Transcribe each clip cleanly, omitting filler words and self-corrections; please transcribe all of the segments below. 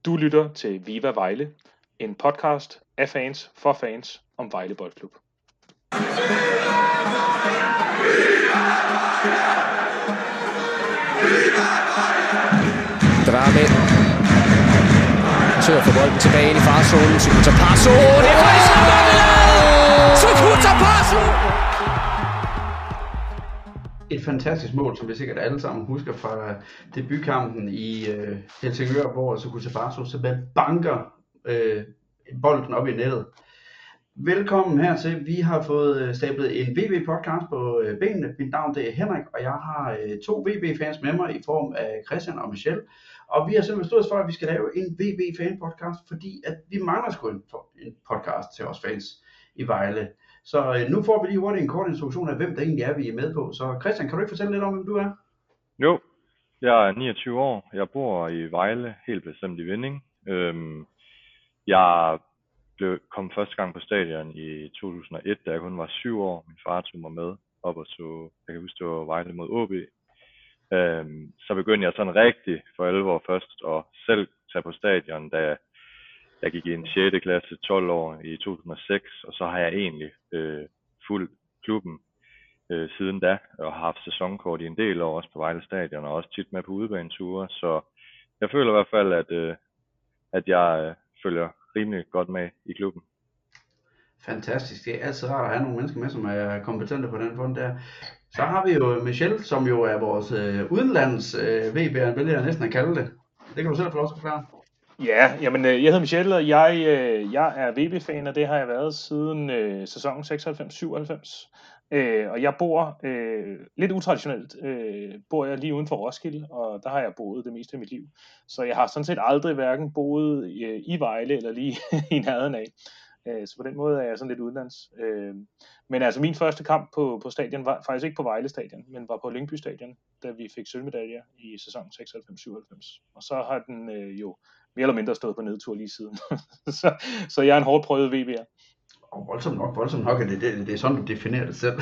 Du lytter til Viva Vejle, en podcast af fans for fans om Vejle Boldklub. Drame forsøger at få bolden tilbage ind i farzonen. Sukuta Paso. Det er faktisk Sukuta Paso! Et fantastisk mål, som vi sikkert alle sammen husker fra debutkampen i Helsingør, hvor Sukuta Paso simpelthen banker bolden op i nettet. Velkommen hertil. Vi har fået stablet en VB-podcast på benene. Mit navn det er Henrik, og jeg har to VB-fans med mig i form af Christian og Michelle. Og vi har simpelthen besluttet for, at vi skal lave en VB-fan-podcast, fordi at vi mangler sgu en podcast til os fans i Vejle. Så nu får vi lige hurtigt en kort introduktion af, hvem der egentlig er, vi er med på. Så Christian, kan du ikke fortælle lidt om, hvem du er? Jo, jeg er 29 år. Jeg bor i Vejle, helt bestemt i Vinding. Jeg kom første gang på stadion i 2001, da jeg kun var 7 år. Min far tog mig med op og så, jeg kan huske, det var Vejle mod AB. Så begyndte jeg sådan rigtig for 11 år først at selv tage på stadion, da jeg gik i en 6. klasse 12 år i 2006, og så har jeg egentlig fulgt klubben siden da, og har haft sæsonkort i en del år også på Vejle Stadion, og også tit med på udebaneture, så jeg føler i hvert fald, at jeg følger rimelig godt med i klubben. Fantastisk. Det er altid rart at have nogle mennesker med, som er kompetente på den fond der. Så har vi jo Michelle, som jo er vores udenlands VB'er, vil jeg næsten kalde det. Det kan du selv få lov til at forklare. Ja, jamen jeg hedder Michelle, og jeg er VB-fan, og det har jeg været siden sæsonen 96-97. Og jeg bor lidt utraditionelt, bor jeg lige uden for Roskilde, og der har jeg boet det meste af mit liv. Så jeg har sådan set aldrig hverken boet i Vejle eller lige i nærheden af. Så på den måde er jeg sådan lidt udenlands. Men altså min første kamp på stadion var faktisk ikke på Vejle Stadion, men var på Lyngby Stadion, da vi fik sølvmedaljer i sæsonen 96-97. Og så har den jo mere eller mindre stået på nedtur lige siden. så jeg er en hårdt prøvet VB'er. Og voldsomt nok, det er sådan, du definerer det selv.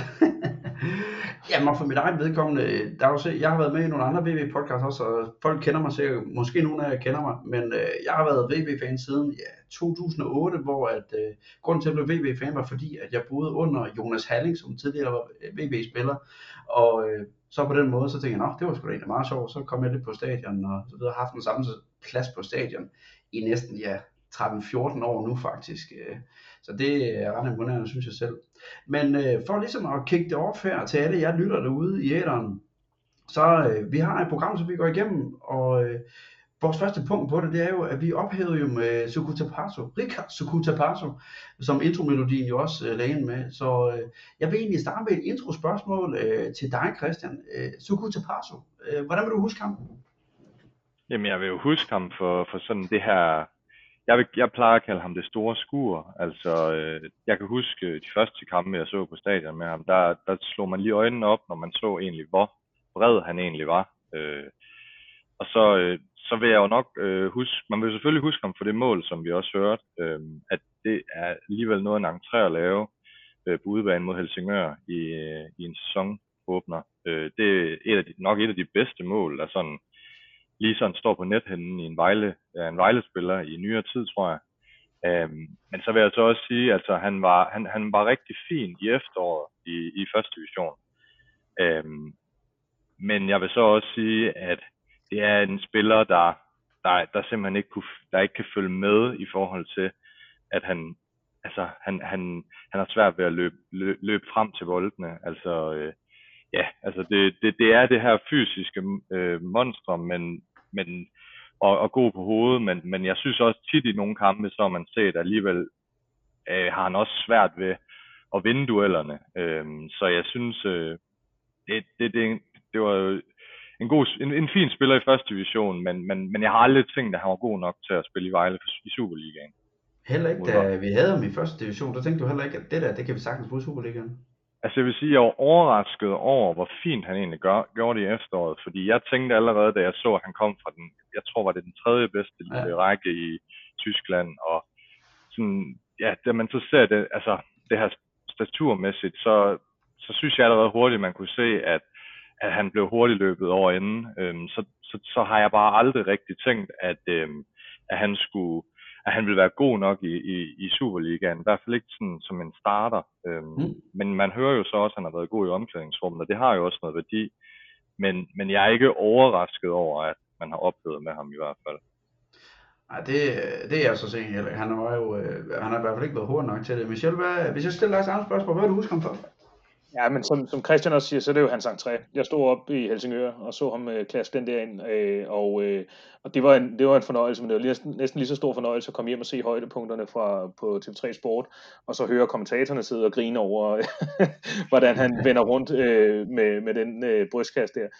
Jamen for mit eget vedkommende, jeg har været med i nogle andre VB-podcasts også, og folk kender mig sikkert, måske nogle af jer kender mig, men jeg har været VB-fan siden 2008, hvor grunden til at blive VB-fan var fordi, at jeg boede under Jonas Halling, som tidligere var VB-spiller, og så på den måde, så tænkte jeg, det var sgu da egentlig meget sjovt, så kom jeg lidt på stadion, og så videre, haft den samme plads på stadion i næsten, 13-14 år nu faktisk. Så det er ret imponerende, synes jeg selv. Men for ligesom at kigge det off her til alle jer lytter derude i æteren, så vi har et program, som vi går igennem, og vores første punkt på det er jo, at vi ophævede jo med Sukuta Paso, Richard Sukuta Paso, som intromelodien jo også lagde ind med. Så jeg vil egentlig starte med et introspørgsmål til dig, Christian. Sukuta Paso, hvordan vil du huske ham? Jamen jeg vil jo huske ham for sådan det her. Jeg plejer at kalde ham det store skur. Altså, jeg kan huske de første kampe, jeg så på stadion med ham, der slog man lige øjnene op, når man så egentlig, hvor bred han egentlig var. Og så vil jeg jo nok huske, man vil selvfølgelig huske ham for det mål, som vi også hørte, at det er alligevel noget en entré at lave på udebane mod Helsingør i en sæsonåbner. Det er nok et af de bedste mål, der sådan lige sådan står på nethinden i en Vejle-spiller i nyere tid, tror jeg. Men så vil jeg så også sige, altså han var rigtig fin i efteråret i første division. Men jeg vil så også sige, at det er en spiller, der simpelthen ikke kan følge med i forhold til, at han har svært ved at løbe frem til boldene. Altså, det er det her fysiske monster, og god på hovedet, men jeg synes også tit i nogle kampe, så har man set, at alligevel har han også svært ved at vinde duellerne. Så jeg synes, det var en fin spiller i første division, men jeg har aldrig tænkt, at han var god nok til at spille i Vejle i Superligaen. Heller ikke, da vi havde ham i første division, der tænkte du heller ikke, at det kan vi sagtens bruge i Superligaen? Altså jeg vil sige, at jeg var overrasket over, hvor fint han egentlig gjorde det i efteråret, fordi jeg tænkte allerede, da jeg så, at han kom fra jeg tror var det den 3. bedste række i Tyskland, og sådan, da man så ser det, altså det her staturmæssigt, så synes jeg allerede hurtigt, man kunne se, at han blev hurtigt løbet over inden, så har jeg bare aldrig rigtig tænkt, at han ville være god nok i Superligaen. I hvert fald ikke sådan som en starter. Men man hører jo så også, at han har været god i omklædningsrummet, og det har jo også noget værdi. Men jeg er ikke overrasket over, at man har oplevet med ham i hvert fald. Nej, det er jeg så sikker heller. Han har i hvert fald ikke været hurtig nok til det. Michel, hvis jeg stiller dig samme spørgsmål, hvad vil du huske ham for? Ja, men som Christian også siger, så er det jo hans entré. Jeg stod op i Helsingør og så ham klasse den der ind, og det var en fornøjelse, men det var næsten lige så stor fornøjelse at komme hjem og se højdepunkterne på TV3 Sport, og så høre kommentatorerne sidde og grine over, hvordan han vender rundt med den brystkasse der.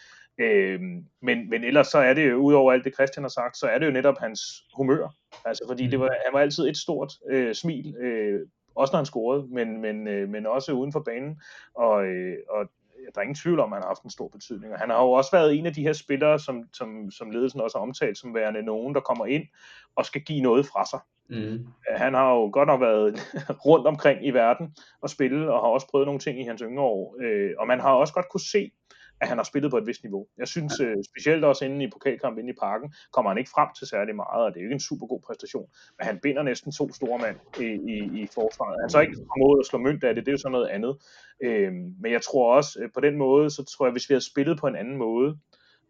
Men ellers så er det jo, udover alt det Christian har sagt, så er det jo netop hans humør. Altså fordi han var altid et stort smil, også når han scorede, men også uden for banen, og der er ingen tvivl om, at han har haft en stor betydning. Og han har jo også været en af de her spillere, som ledelsen også har omtalt som værende nogen, der kommer ind og skal give noget fra sig. Han har jo godt nok været rundt omkring i verden og spille, og har også prøvet nogle ting i hans yngre år, og man har også godt kunne se, at han har spillet på et vist niveau. Jeg synes specielt også inde i pokalkampen inde i Parken, kommer han ikke frem til særlig meget, og det er jo ikke en super god præstation, men han binder næsten 2 store mand i forsvaret. Han så ikke formået at slå mønt af det, det er jo sådan noget andet. Men jeg tror også, på den måde, så tror jeg, hvis vi havde spillet på en anden måde,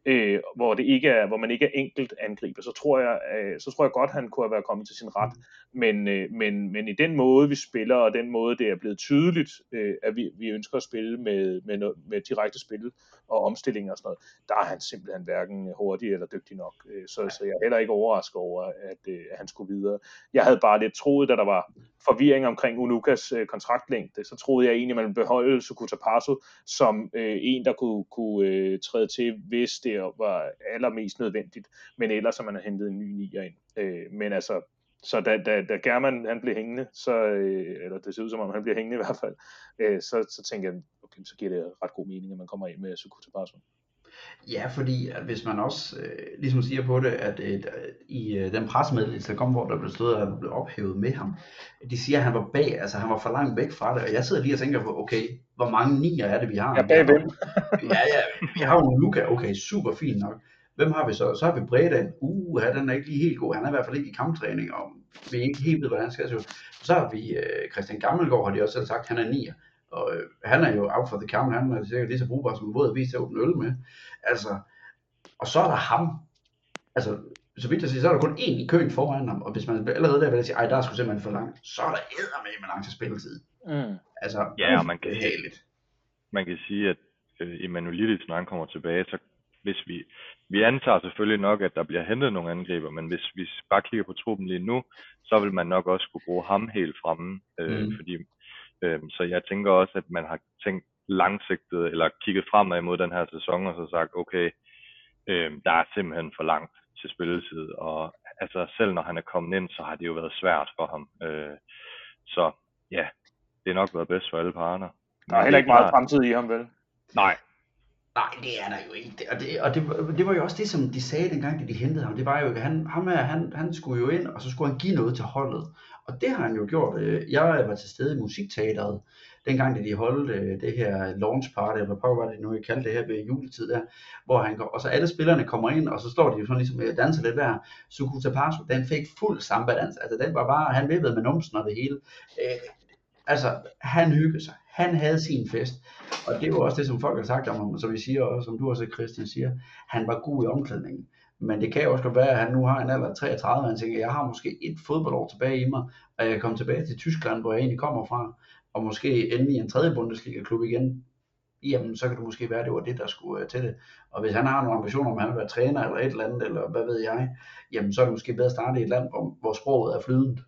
hvor man ikke er enkelt angriber, så tror jeg godt, han kunne have været kommet til sin ret. Men i den måde, vi spiller, og den måde, det er blevet tydeligt, at vi ønsker at spille med direkte spil og omstillinger og sådan noget, der er han simpelthen hverken hurtig eller dygtig nok. Så jeg er heller ikke overrasket over, at han skulle videre. Jeg havde bare lidt troet, da der var forvirring omkring Unukas kontraktlængde, så troede jeg egentlig, man ville beholde Sukuta Paso som en, der kunne træde til, hvis det var allermest nødvendigt, men ellers har man hentet en ny nier ind. Men altså, så da German han blev hængende, eller det ser ud som om han bliver hængende i hvert fald, så tænker jeg, okay, så giver det ret god mening, at man kommer ind med Sukuta Paso. Ja, fordi at hvis man også ligesom siger på det, at i den pressemeddelelse, der kom, hvor der blev stået, at han blev ophævet med ham, de siger, at han var bag, altså han var for langt væk fra det, og jeg sidder lige og tænker på, okay, hvor mange nier er det, vi har? Ja, bag hvem? Vi har jo Luka, okay, super fint nok. Hvem har vi så? Så har vi Bredan. Den er ikke lige helt god. Han er i hvert fald ikke i kamptræning, og vi er ikke helt ved, hvordan han skal se ud. Så har vi Christian Gammelgaard, har de også selv sagt, han er nier. Og han er jo out for the count, han er sikkert lige så brugbar som en våd avis til at åbne øl med. Altså, og så er der ham. Altså, så vidt jeg siger, så er der kun én i køen foran ham, og hvis man allerede der vil sige, der er sgu simpelthen for langt, så er der eddermame lang til spilletid. Altså, ja, og man kan sige, at Emanuelidis, når han kommer tilbage, så hvis vi antager selvfølgelig nok, at der bliver hentet nogle angriber, men hvis vi bare kigger på truppen lige nu, så vil man nok også kunne bruge ham helt fremme, fordi så jeg tænker også, at man har tænkt langsigtet, eller kigget fremad mod den her sæson, og så sagt, okay, der er simpelthen for langt til spilletid, og altså selv når han er kommet ind, så har det jo været svært for ham. Så ja, det er nok været bedst for alle parter. Der er heller ikke meget fremtid i ham, vel? Nej, det er der jo ikke. Og det var jo også det, som de sagde dengang, da de hentede ham. Det var jo, han skulle jo ind, og så skulle han give noget til holdet. Og det har han jo gjort. Jeg var til stede i musikteateret, dengang da de holdt det her launch party, eller hvad var det nu, jeg kaldte det her ved juletid der, hvor han går, og så alle spillerne kommer ind, og så står de jo sådan ligesom og danser lidt der. Sukuta Paso, den fik fuld samba-dans. Altså den var bare, han vippede med numsen og det hele. Altså, han hyggede sig. Han havde sin fest. Og det var også det, som folk har sagt om ham, som vi siger, og som du også, Christian, siger. Han var god i omklædningen. Men det kan jo også godt være, at han nu har en alder af 33, og han tænker, jeg har måske et fodboldår tilbage i mig, og jeg kan komme tilbage til Tyskland, hvor jeg egentlig kommer fra, og måske ende i en 3. Bundesliga-klub igen. Jamen, så kan det måske være, at det var det, der skulle til det. Og hvis han har nogle ambitioner om, at han vil være træner eller et eller andet, eller hvad ved jeg, jamen, så er det måske bedre at starte i et land, hvor sproget er flydende.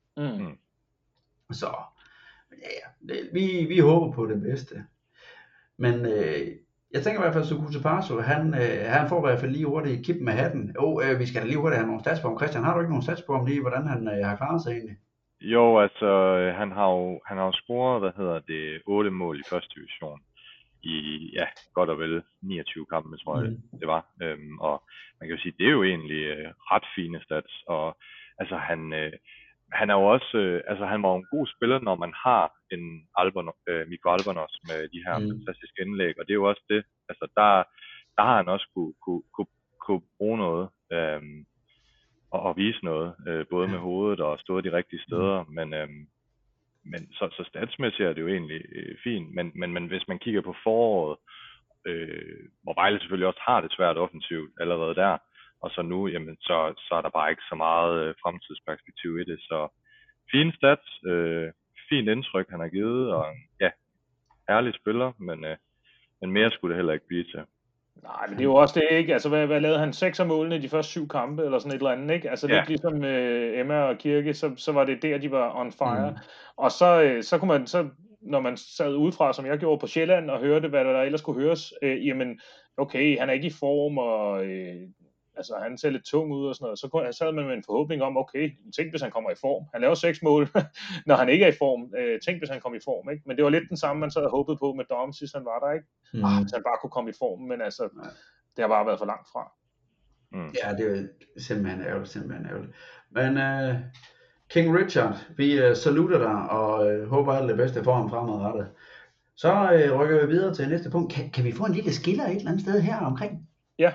Så ja, vi håber på det bedste. Men jeg tænker i hvert fald, at Sukuta Paso, han får i hvert fald lige hurtigt kip med hatten. Vi skal da lige hurtigt have nogle stats på ham. Christian, har du ikke nogle stats på ham lige, hvordan han har klaret sig egentlig? Jo, altså han har jo scoret, 8 mål i første division i godt og vel 29 kampe, tror jeg det var. Og man kan jo sige, det er jo egentlig ret fine stats, og altså han er jo også, han var en god spiller, når man har en Mikko Albonos med de her fantastiske indlæg, og det er jo også det, altså der har han også kunne bruge noget. at vise noget, både med hovedet og stå de rigtige steder, men så statsmæssigt er det jo egentlig fint, men hvis man kigger på foråret, hvor Vejle selvfølgelig også har det svært offensivt allerede der, og så nu, jamen, så er der bare ikke så meget fremtidsperspektiv i det, så fine stats, fint indtryk han har givet, og ja, ærlig spiller, men mere skulle det heller ikke blive til. Nej, men det er jo også det, ikke? Altså, hvad lavede han? 6 af målene i de første 7 kampe, eller sådan et eller andet, ikke? Altså, lidt ligesom Emma og Kirke, så var det der, de var on fire. Og så kunne man, når man sad udefra, som jeg gjorde på Sjælland, og hørte, hvad der ellers kunne høres, jamen, okay, han er ikke i form, og altså, han ser lidt tung ud og sådan noget. Så sad man med en forhåbning om, okay, tænk hvis han kommer i form. Han laver 6 mål, når han ikke er i form. Tænk hvis han kommer i form, ikke? Men det var lidt den samme, man sad og håbede på med Dom, sidst han var der, ikke? Hvis han bare kunne komme i form, men altså, det har bare været for langt fra. Ja, det er simpelthen ærgerligt. Men King Richard, vi saluter dig og håber alt det bedste for ham fremadrettet. Så rykker vi videre til næste punkt. Kan vi få en lille skiller et eller andet sted her omkring? Ja.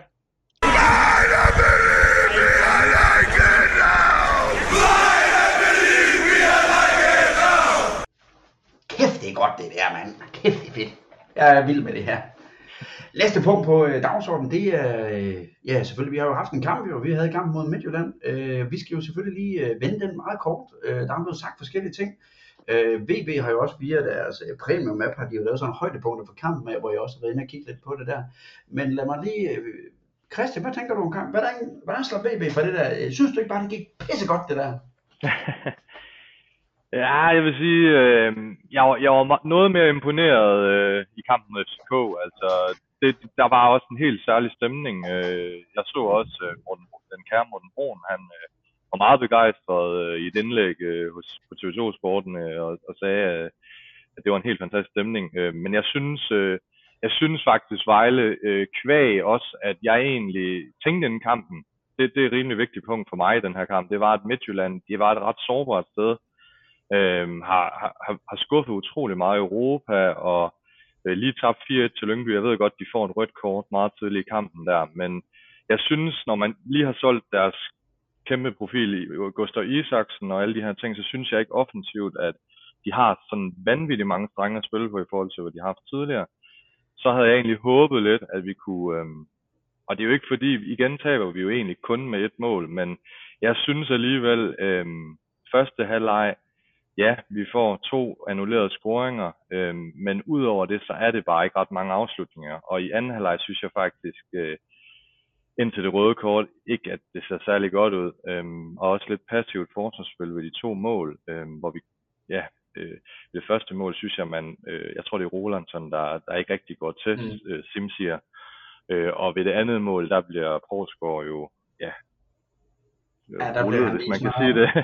Kæft, det er godt det der, mand. Kæft, det er fedt. Jeg er vild med det her. Næste punkt på dagsordenen, det er, ja selvfølgelig, vi har jo haft en kamp, og vi havde kamp mod Midtjylland. Vi skal jo selvfølgelig lige vende den meget kort. Der er blevet sagt forskellige ting. VB har jo også via deres premium app, har de jo lavet sådan højdepunkter for kampen, hvor jeg også har været inde og kigge lidt på det der. Men lad mig lige, Christian, hvad tænker du om kampen? Hvordan slår VB for det der? Synes du ikke bare, det gik pissegodt det der? Ja, jeg vil sige, jeg var noget mere imponeret i kampen med FCK. Altså, der var også en helt særlig stemning. Jeg så også den kære Morten Brun, han var meget begejstret i et indlæg på TV2 Sporten og sagde, at det var en helt fantastisk stemning. Men jeg synes faktisk, Vejle kvæg også, at jeg egentlig tænkte den kampen. Det er et rimelig vigtigt punkt for mig i den her kamp. Det var, at Midtjylland, det var et ret sårbart sted. Har skuffet utrolig meget i Europa og lige tabt 4-1 til Lyngby. Jeg ved godt, de får et rødt kort meget tidligt i kampen der, men jeg synes, når man lige har solgt deres kæmpe profil i Gustav Isaksen og alle de her ting, så synes jeg ikke offensivt, at de har sådan vanvittigt mange strenge at spille på i forhold til, hvad de har haft tidligere. Så havde jeg egentlig håbet lidt, at vi kunne, og det er jo ikke fordi, igen taber vi jo egentlig kun med et mål, men jeg synes alligevel, første halvleg, ja, vi får 2 annullerede scoringer, men udover det, så er det bare ikke ret mange afslutninger. Og i anden halvleg synes jeg faktisk, indtil det røde kort, ikke at det ser særlig godt ud. Og også lidt passivt forsvarsspil ved de 2 mål, hvor vi, ja, det første mål synes jeg, jeg tror det er Rolandsson, der ikke rigtig går til Simsier. Og ved det andet mål, der bliver Poulsgaard jo, ja, rullet, hvis man kan sige det.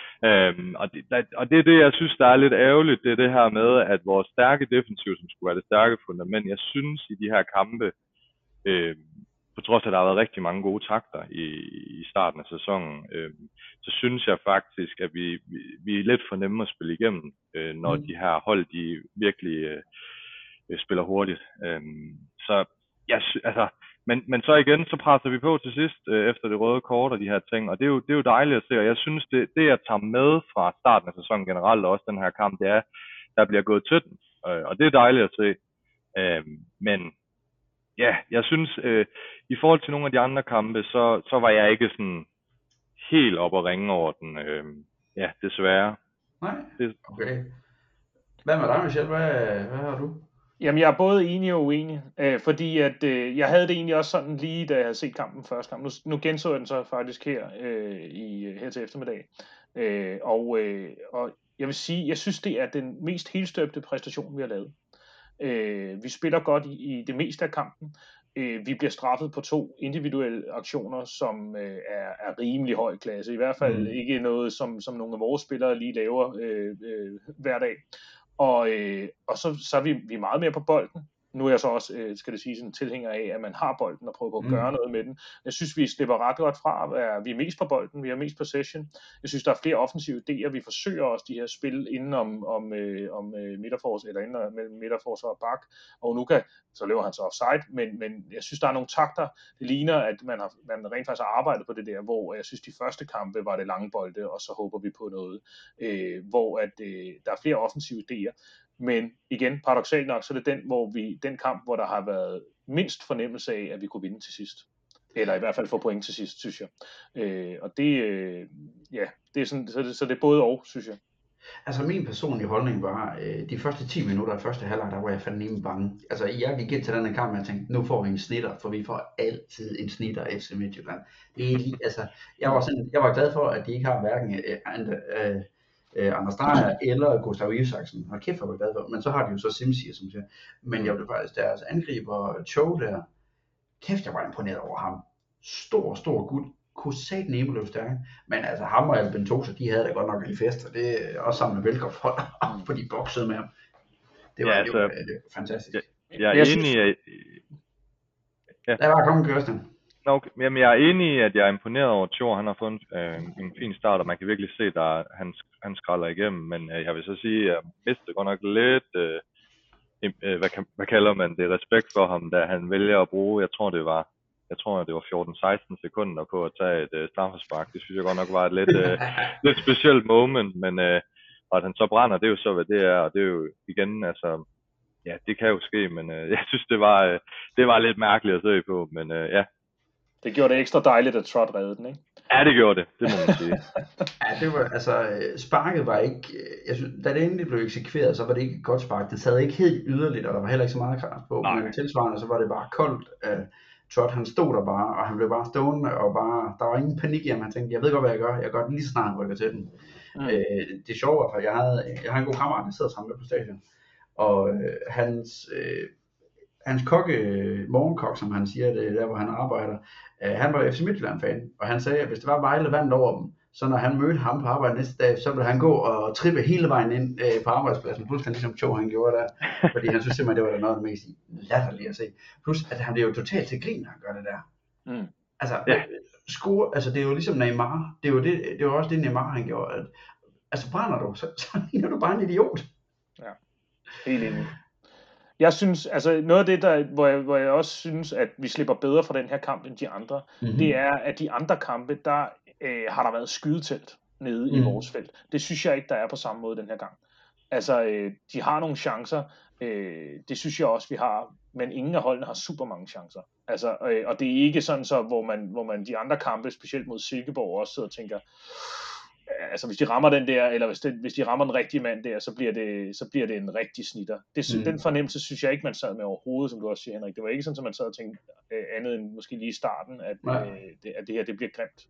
Og det er det, jeg synes, der er lidt ærgerligt, det er det her med, at vores stærke defensiv, som skulle være det stærke fundament, jeg synes i de her kampe, på trods af, at der har været rigtig mange gode takter i starten af sæsonen, så synes jeg faktisk, at vi er lidt for nemme at spille igennem, når de her hold, de virkelig spiller hurtigt. Så men så igen, så presser vi på til sidst efter det røde kort og de her ting, og det er jo dejligt at se, og jeg synes, det jeg tager med fra starten af sæsonen generelt, og også den her kamp, det er, der bliver gået til den, og det er dejligt at se. Men ja, jeg synes, i forhold til nogle af de andre kampe, så var jeg ikke sådan helt op at ringe over den, ja, desværre. Nej, okay. Hvad med dig, Michel? Hvad har du? Jamen, jeg er både enig og uenig, fordi at jeg havde det egentlig også sådan lige, da jeg havde set kampen første kamp. Nu genså jeg den så faktisk her til eftermiddag. Og jeg vil sige, jeg synes, det er den mest helstøbte præstation, vi har lavet. Vi spiller godt i det meste af kampen. Vi bliver straffet på 2 individuelle aktioner, som er rimelig høj klasse. I hvert fald ikke noget, som nogle af vores spillere lige laver hver dag. Og så er vi meget mere på bolden. Nu er jeg så også, skal det sige, sådan en tilhænger af, at man har bolden og prøver på at gøre noget med den. Jeg synes, vi slipper ret godt fra, vi er mest på bolden, vi er mest possession. Jeg synes, der er flere offensive idéer. Vi forsøger også de her spil inden om midterforsvar, eller inden mellem midterforsvar og bak. Og nu så løber han så offside, men jeg synes, der er nogle takter. Det ligner, at man rent faktisk har arbejdet på det der, hvor jeg synes, de første kampe var det lange bolde, og så håber vi på noget, hvor at, der er flere offensive idéer. Men igen, paradoksalt nok, så er det den kamp, hvor der har været mindst fornemmelse af, at vi kunne vinde til sidst. Eller i hvert fald få point til sidst, synes jeg. Og det, det er sådan, så det er både og, synes jeg. Altså min personlige holdning var, de første 10 minutter af første halvleg, der var jeg fandme bange. Altså jeg gik ind til den her kamp, og jeg tænkte, nu får vi en snitter, for vi får altid en snitter af FC Midtjylland. Det er lige, altså, jeg var glad for, at de ikke har hverken Anders Dreyer eller Gustav Isaksen. Og kæft, jeg var glad for. Men så har de jo så Simsier, som siger. Men jeg blev faktisk deres angriber, Cho der. Kæft, jeg var imponeret over ham. Stor gut. Kunne sat nemme løbe stærke. Men altså ham og Albin Tosa, de havde da godt nok en fest. Og det er også sammen med Velkoff, for de boksede med ham. Det var, det var fantastisk. Jeg er enig i... Der var kommet Kirsten. Okay. Jamen, jeg er enig i, at jeg er imponeret over Thor. Han har fået en fin start, og man kan virkelig se, at han skralder igennem. Men jeg vil så sige, at jeg mistede godt nok lidt, hvad kalder man det, respekt for ham, da han vælger at bruge, jeg tror det var 14-16 sekunder på at tage et straffespark. Det synes jeg godt nok var et lidt specielt moment, men at han så brænder, det er jo så, hvad det er, og det er jo igen, altså, ja, det kan jo ske, men jeg synes, det var lidt mærkeligt at se på, men ja. Det gjorde det ekstra dejligt, at Trot reddede den, ikke? Ja, det gjorde det må man sige. Ja, det var, altså, sparket var ikke, jeg synes, da det endelig blev eksekveret, så var det ikke et godt spark. Det sad ikke helt yderligt, og der var heller ikke så meget kraft på, men tilsvarende, så var det bare koldt. Trot, han stod der bare, og han blev bare stående, og der var ingen panik i ham. Han tænkte, jeg ved godt, hvad jeg gør lige så snart han rykker til den. Det sjove var, at jeg har en god kammerat, der sidder sammen med på stadion, og hans morgenkok, som han siger, det der hvor han arbejder, han var FC Midtjylland-fan, og han sagde, at hvis det var Vejle vandt over dem, så når han mødte ham på arbejde næste dag, så ville han gå og trippe hele vejen ind på arbejdspladsen, fuldstændig ligesom Cho han gjorde der, fordi han synes simpelthen, det var noget af det mest latterlige at se. Plus, at han blev jo totalt til grin, når han gør det der. Altså, altså det er jo ligesom Neymar, det var også det Neymar han gjorde, at, altså brænder du, så ligner du bare en idiot. Ja, helt enig. Jeg synes, altså noget af det, hvor jeg også synes, at vi slipper bedre fra den her kamp end de andre, det er, at de andre kampe, der har der været skydetelt nede i vores felt. Det synes jeg ikke, der er på samme måde den her gang. Altså, de har nogle chancer, det synes jeg også, vi har, men ingen af holdene har super mange chancer. Altså, og det er ikke sådan så, hvor man de andre kampe, specielt mod Silkeborg, også sidder og tænker, altså hvis de rammer den der, eller hvis de rammer den rigtige mand der, så bliver det en rigtig snitter. Den fornemmelse synes jeg ikke, man sad med overhovedet, som du også siger, Henrik. Det var ikke sådan, at man sad og tænkte andet end måske lige i starten, at det her, det bliver grimt.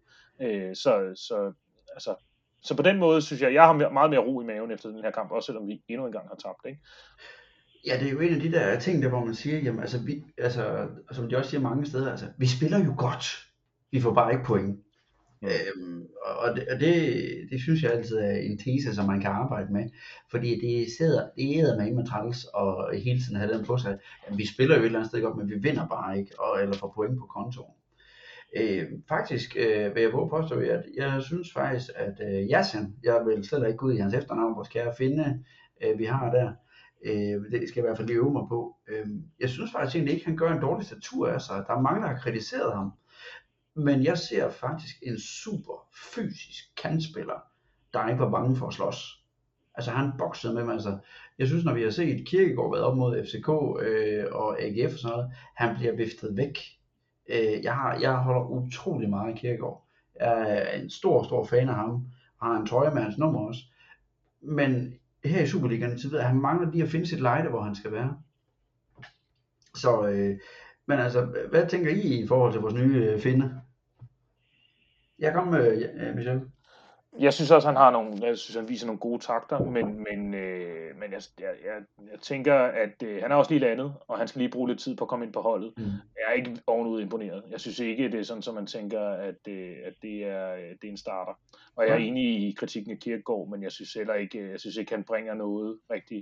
Så på den måde synes jeg har meget mere ro i maven efter den her kamp, også selvom vi endnu en gang har tabt, ikke? Ja, det er jo en af de der ting, der hvor man siger, jamen altså, som de også siger mange steder, altså, vi spiller jo godt, vi får bare ikke point. Og det synes jeg altid er en tese, som man kan arbejde med, fordi det æder med træls og hele tiden have den på sig, at vi spiller jo et eller andet sted godt, men vi vinder bare ikke, eller får point på kontoen. Faktisk vil jeg våge påstå, at jeg synes faktisk, at Yasin, jeg vil slet ikke gå ud i hans efternavn, hvor skal jeg finde, vi har der, det skal jeg i hvert fald lige øve mig på. Jeg synes faktisk egentlig ikke, han gør en dårlig statur af sig. Der er mange, der har kritiseret ham. Men jeg ser faktisk en super fysisk kantspiller, der ikke var bange for at slås. Altså han boksede med mig. Altså, jeg synes, når vi har set Kirkegaard været op mod FCK og AGF og sådan noget, han bliver viftet væk. Jeg holder utrolig meget af Kirkegaard. Jeg er en stor fan af ham. Har en trøje med hans nummer også. Men her i Superligaen, så ved jeg, at han mangler lige at finde sit lejde, hvor han skal være. Så, men altså, hvad tænker I forhold til vores nye finde? Jeg kom med Michel. Jeg synes også, han viser nogle gode takter, men jeg tænker, at han er også lige landet, og han skal lige bruge lidt tid på at komme ind på holdet. Jeg er ikke ovenud imponeret. Jeg synes ikke, det er sådan, som man tænker, at det er en starter. Og jeg er enig i kritikken af Kirkegaard, men jeg synes ikke, han bringer noget rigtigt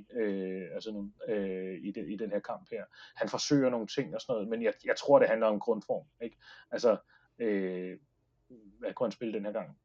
i den her kamp her. Han forsøger nogle ting og sådan noget, men jeg tror, det handler om grundform. Ikke? Altså, hvad kunne han spille den her gang?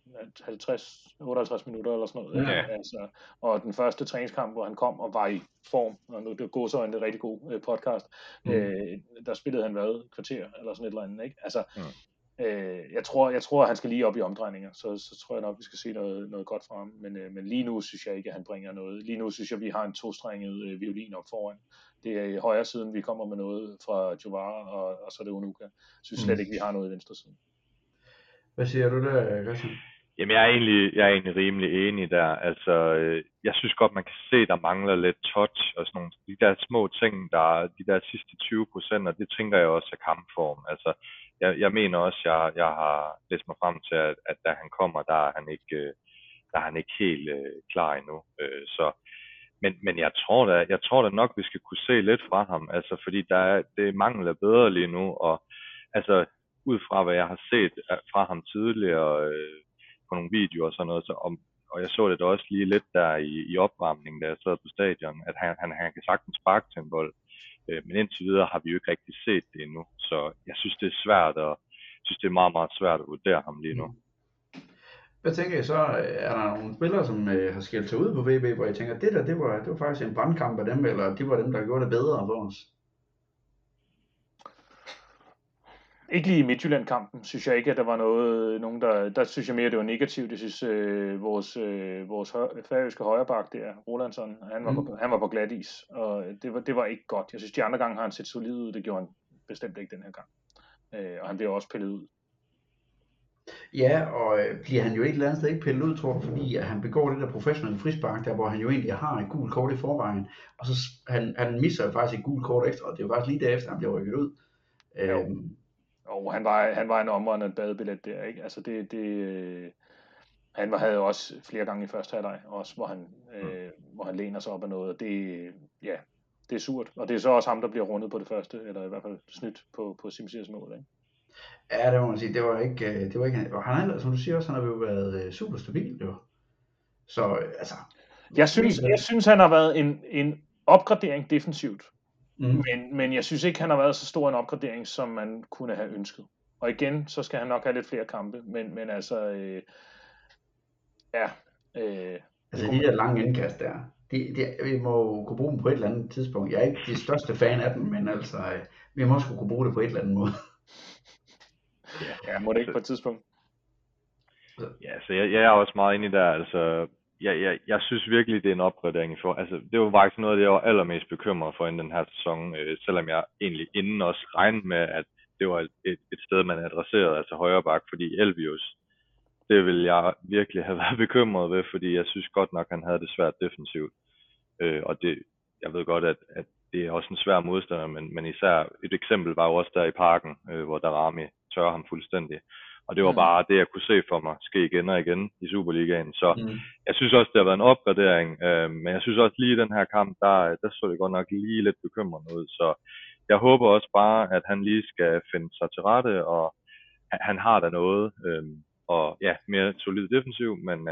58 minutter eller sådan noget. Ja. Altså, og den første træningskamp, hvor han kom og var i form, og nu det går så en rigtig god podcast, der spillede han et kvarter eller sådan et eller andet, ikke? Altså, jeg tror, han skal lige op i omdrejninger, så tror jeg nok, vi skal se noget godt fra ham, men lige nu synes jeg ikke, at han bringer noget. Lige nu synes jeg, vi har en tostrenget violin op foran. Det er i højre siden, vi kommer med noget fra Jovara, og så er det Onuka. Jeg synes slet ikke, vi har noget i venstre siden. Hvad siger du der, Christian? Jamen, jeg er egentlig rimelig enig der. Altså, jeg synes godt, man kan se, der mangler lidt touch og sådan nogle, de der små ting, de der sidste 20%, og det tænker jeg også er kampform. Altså, jeg mener også, jeg har læst mig frem til, at da han kommer, der er han ikke helt klar endnu. Men jeg tror da nok, vi skal kunne se lidt fra ham, altså, fordi det mangler bedre lige nu, og altså, ud fra hvad jeg har set fra ham tidligere, på nogle videoer og sådan noget, og jeg så det da også lige lidt der i opvarmningen, da jeg sad på stadion, at han kan sagtens sparke til en bold, men indtil videre har vi jo ikke rigtig set det endnu, så jeg synes det er svært, og jeg synes det er meget, meget svært at vurdere ham lige nu. Hvad tænker I så, er der nogle spillere, som har skilt sig ud på VB, hvor I tænker, det var faktisk en brandkamp af dem, eller det var dem, der gjorde det bedre for os? Ikke lige i Midtjylland-kampen, synes jeg ikke, at der var nogen, der synes jeg mere, det var negativt. Jeg synes, vores færøske højreback der, Rolandsson, han var på glat is, og det var ikke godt. Jeg synes, de andre gange har han set solid ud, det gjorde han bestemt ikke den her gang. Og han bliver også pillet ud. Ja, og bliver han jo et eller andet sted ikke pillet ud, tror du, fordi at han begår det der professionelle frispark, der hvor han jo egentlig har et gult kort i forvejen, og så han misser jo faktisk et gult kort ekstra, og det er jo faktisk lige derefter, han bliver rykket ud. Og han var en omvandret badebillet der, ikke? Altså han havde også flere gange i første halvleg, også hvor han læner sig op af noget. Det er surt, og det er så også ham, der bliver rundet på det første, eller i hvert fald snydt på Simsirs mål, ikke? Ja, det må man sige, det var ikke, og han har, som du siger også, han har jo været super stabil, det var. Så altså. Jeg synes han har været en opgradering defensivt. Men jeg synes ikke, han har været så stor en opgradering, som man kunne have ønsket. Og igen, så skal han nok have lidt flere kampe, men altså, altså de der lange indkast der, vi må kunne bruge dem på et eller andet tidspunkt. Jeg er ikke de største fan af dem, men altså, vi må også kunne bruge det på et eller andet måde. Ja, må det ikke på et tidspunkt? Ja, så jeg er også meget inde i der, altså, jeg synes virkelig, det er en opgradering for. Altså, det var faktisk noget af det, jeg var allermest bekymret for inden den her sæson, selvom jeg egentlig inden også regnede med, at det var et sted, man adresserede, altså højre bak, fordi Elvius, det ville jeg virkelig have været bekymret ved, fordi jeg synes godt nok, han havde det svært defensivt. Og jeg ved godt, at det er også en svær modstander, men især et eksempel var jo også der i Parken, hvor Darami tørrer ham fuldstændig. Og det var bare det, jeg kunne se for mig ske igen og igen i Superligaen. Så jeg synes også, det har været en opgradering. Men jeg synes også lige i den her kamp, der så det godt nok lige lidt bekymrende ud. Så jeg håber også bare, at han lige skal finde sig til rette, og han har da noget. Og ja, mere solid defensiv, men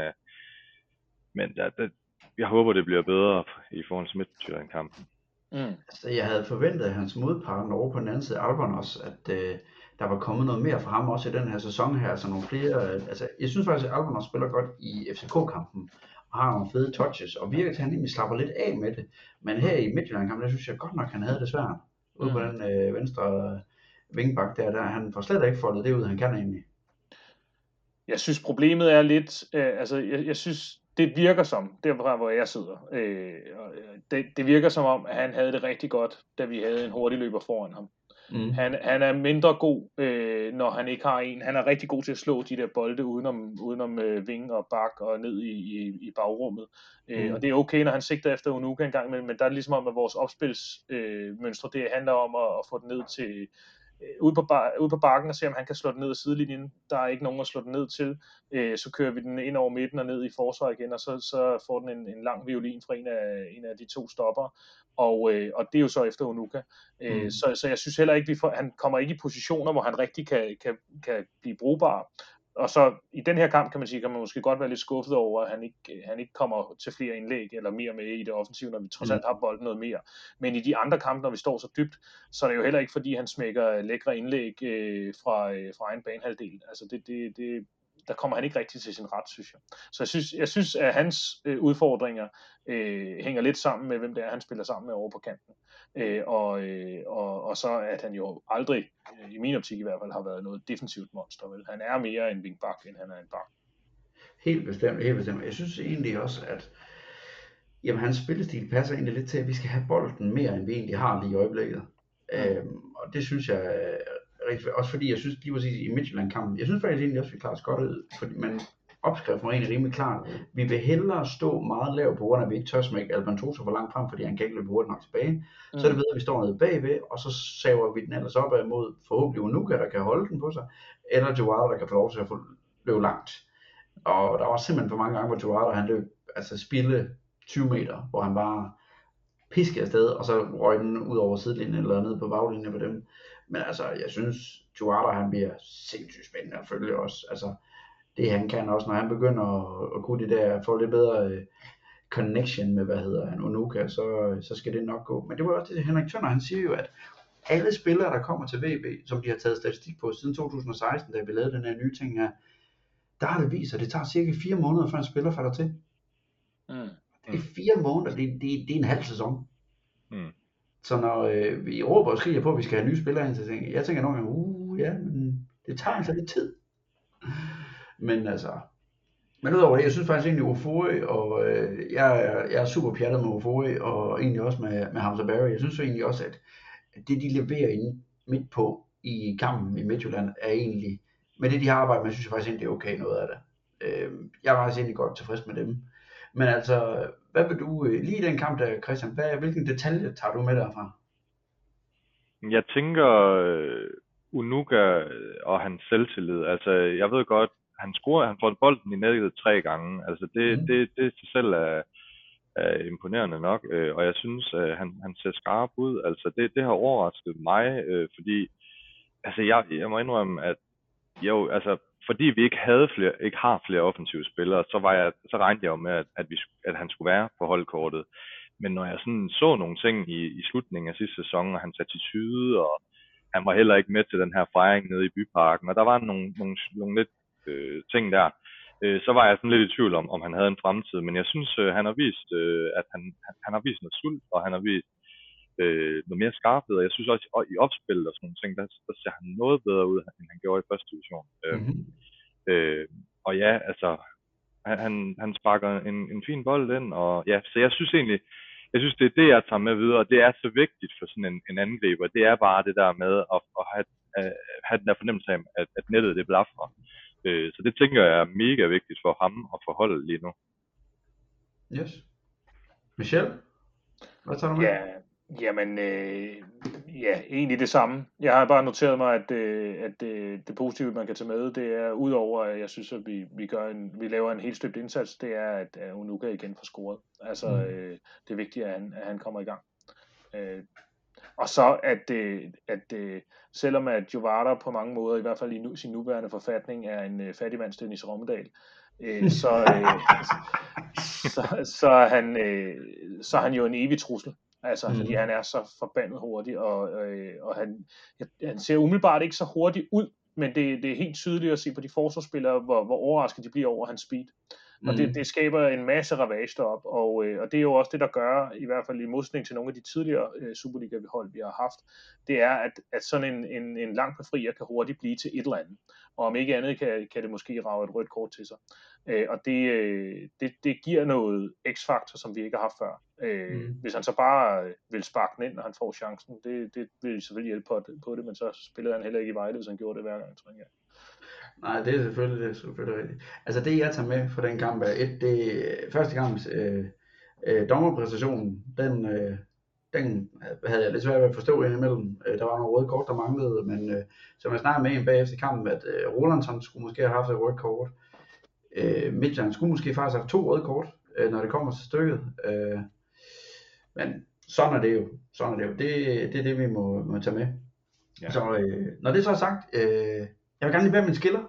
jeg håber, det bliver bedre i forhold til Midtjylland-kampen. Altså, jeg havde forventet, at hans modpartner over på den anden side, Albonos, at der var kommet noget mere fra ham også i den her sæson her, så nogle flere, altså jeg synes faktisk, at Albonos spiller godt i FCK-kampen, og har nogle fede touches, og virker til, at han egentlig slapper lidt af med det, men her i Midtjylland-kampen, der synes jeg godt nok, han havde det svært, ude på den venstre vingbak der, han får slet ikke foldet det ud, han kan egentlig. Jeg synes, problemet er lidt, jeg synes, det virker som, derfra hvor jeg sidder, det virker som om, at han havde det rigtig godt, da vi havde en hurtig løber foran ham. Han er mindre god, når han ikke har en. Han er rigtig god til at slå de der bolde udenom vinge og bak og ned i bagrummet. Og det er okay, når han sigter efter Onuka en gang, men der er ligesom om, at vores opspilsmønstre, det handler om at få den ned ude på bakken og se, om han kan slå den ned ad sidelinjen. Der er ikke nogen at slå den ned til. Så kører vi den ind over midten og ned i forsvar igen, og så får den en lang violin fra en af de to stopper. Og det er jo så efter Onuka. Så jeg synes heller ikke, han kommer ikke i positioner, hvor han rigtig kan blive brugbar. Og så i den her kamp, kan man måske godt være lidt skuffet over, at han ikke kommer til flere indlæg eller mere med i det offensive, når vi trods alt har bolden noget mere. Men i de andre kampe, når vi står så dybt, så er det jo heller ikke, fordi han smækker lækre indlæg fra egen banehalvdel. Altså der kommer han ikke rigtig til sin ret, synes jeg. Så jeg synes at hans udfordringer hænger lidt sammen med, hvem det er, han spiller sammen med over på kanten. Og så at han jo aldrig, i min optik i hvert fald, har været noget defensivt monster. Vel? Han er mere en wingback, end han er en bak. Helt bestemt. Jeg synes egentlig også, at hans spillestil passer egentlig lidt til, at vi skal have bolden mere, end vi egentlig har lige i øjeblikket. Og det synes jeg rigtig, også fordi jeg synes lige præcis i Midtjylland-kampen, jeg synes faktisk egentlig også, vi klarer os godt ud, men opskriften var egentlig rimelig klart. Vi vil hellere stå meget lavt på grund af, at vi ikke tør smække Alban Tosa for langt frem, fordi han kan ikke løbe hurtigt nok tilbage. Så er det ved, at vi står nede bagved, og så saver vi den ellers op mod forhåbentlig Onuka, der kan holde den på sig, eller Jawara, der kan få lov til at løbe langt. Og der var simpelthen for mange gange, hvor Jawara han løb, spille 20 meter, hvor han bare piskede afsted, og så røg den ud over sidelinjen eller ned på baglinjen på dem. Men jeg synes, Jawara han bliver sindssygt spændende at følge også. Det han kan også, når han begynder at kunne det der, få lidt bedre connection med, Onuka, så skal det nok gå. Men det var også det, Henrik Tønder, han siger jo, at alle spillere, der kommer til VB, som de har taget statistik på siden 2016, da vi lavede den her nye ting her, der har det vist, at det tager cirka 4 måneder, før en spiller falder til. Det er 4 måneder, det er en halv sæson. Så når vi råber og skriger på, at vi skal have nye spillere ind, så jeg tænker nogle gange, men det tager altså lidt tid. Men udover det, jeg synes faktisk egentlig Ofori, og jeg er super pjattet med Ofori, og egentlig også med Hamza Barry. Jeg synes egentlig også, at det de leverer inde midt på i kampen i Midtjylland, er egentlig, med det de har arbejdet med, synes jeg faktisk egentlig, det er okay noget af det. Jeg var faktisk egentlig godt tilfreds med dem. Men hvad vil du, lige i den kamp der, Christian, hvilken detalje tager du med derfra? Jeg tænker Onuka og hans selvtillid. Jeg ved godt, han får bolden i nettet 3 gange. Det til selv er imponerende nok, og jeg synes, han ser skarp ud. Det har overrasket mig, fordi jeg må indrømme, at fordi vi ikke har flere offensive spillere, så regnede jeg jo med, at han skulle være på holdkortet. Men når jeg sådan så nogle ting i slutningen af sidste sæson, og hans attitude, og han var heller ikke med til den her fejring nede i Byparken, og der var nogle lidt ting der, så var jeg sådan lidt i tvivl om han havde en fremtid. Men jeg synes, han har vist, at han har vist noget sult, og han har vist noget mere skarphed, og jeg synes også, at i opspillet og sådan nogle ting, der ser han noget bedre ud, end han gjorde i første division. Og ja, han sparker en fin bold ind, og ja, så jeg synes egentlig, det er det, jeg tager med videre, og det er så vigtigt for sådan en angriber. Det er bare det der med at have den der fornemmelse af, at nettet det blaffer. Så det tænker jeg er mega vigtigt for ham at forholde lige nu. Yes. Michel, hvad tager du med? Jamen, egentlig det samme. Jeg har bare noteret mig, at det positive, man kan tage med, det er udover, at jeg synes, at vi laver en helt støbt indsats, det er, at Onuka igen får scoret. Det er vigtigt, at han kommer i gang. Og så, at selvom at Jovara på mange måder, i hvert fald i sin nuværende forfatning, er en fattigmands Dennis Rommedal, så er han jo en evig trussel. Fordi han er så forbandet hurtig, og han ser umiddelbart ikke så hurtigt ud, men det er helt tydeligt at se på de forsvarsspillere, hvor overrasket de bliver over hans speed. Og det skaber en masse ravage derop, og det er jo også det, der gør, i hvert fald i modsætning til nogle af de tidligere Superliga-hold, vi har haft, det er, at sådan en lang befrier kan hurtigt blive til et eller andet. Og om ikke andet kan det måske rage et rødt kort til sig. Og det giver noget x-faktor, som vi ikke har haft før. Hvis han så bare vil sparke den ind, når han får chancen, det vil selvfølgelig hjælpe på det, men så spillede han heller ikke i Vejle, hvis han gjorde det hver gang, tror jeg. Nej, det er selvfølgelig rigtigt. Det jeg tager med for den kamp er første gangs dommerpræstationen, den havde jeg lidt svært ved at forstå indimellem. Der var nogle røde kort, der manglede, men som jeg snakkede med en bagefter kampen, at Rolandsson skulle måske have haft et rødt kort. Midtjylland skulle måske faktisk have 2 røde kort, når det kommer til stykket. Men sådan er det jo. Det er det, vi må tage med. Ja. Så når det så er sagt, jeg vil gerne lige være min skiller.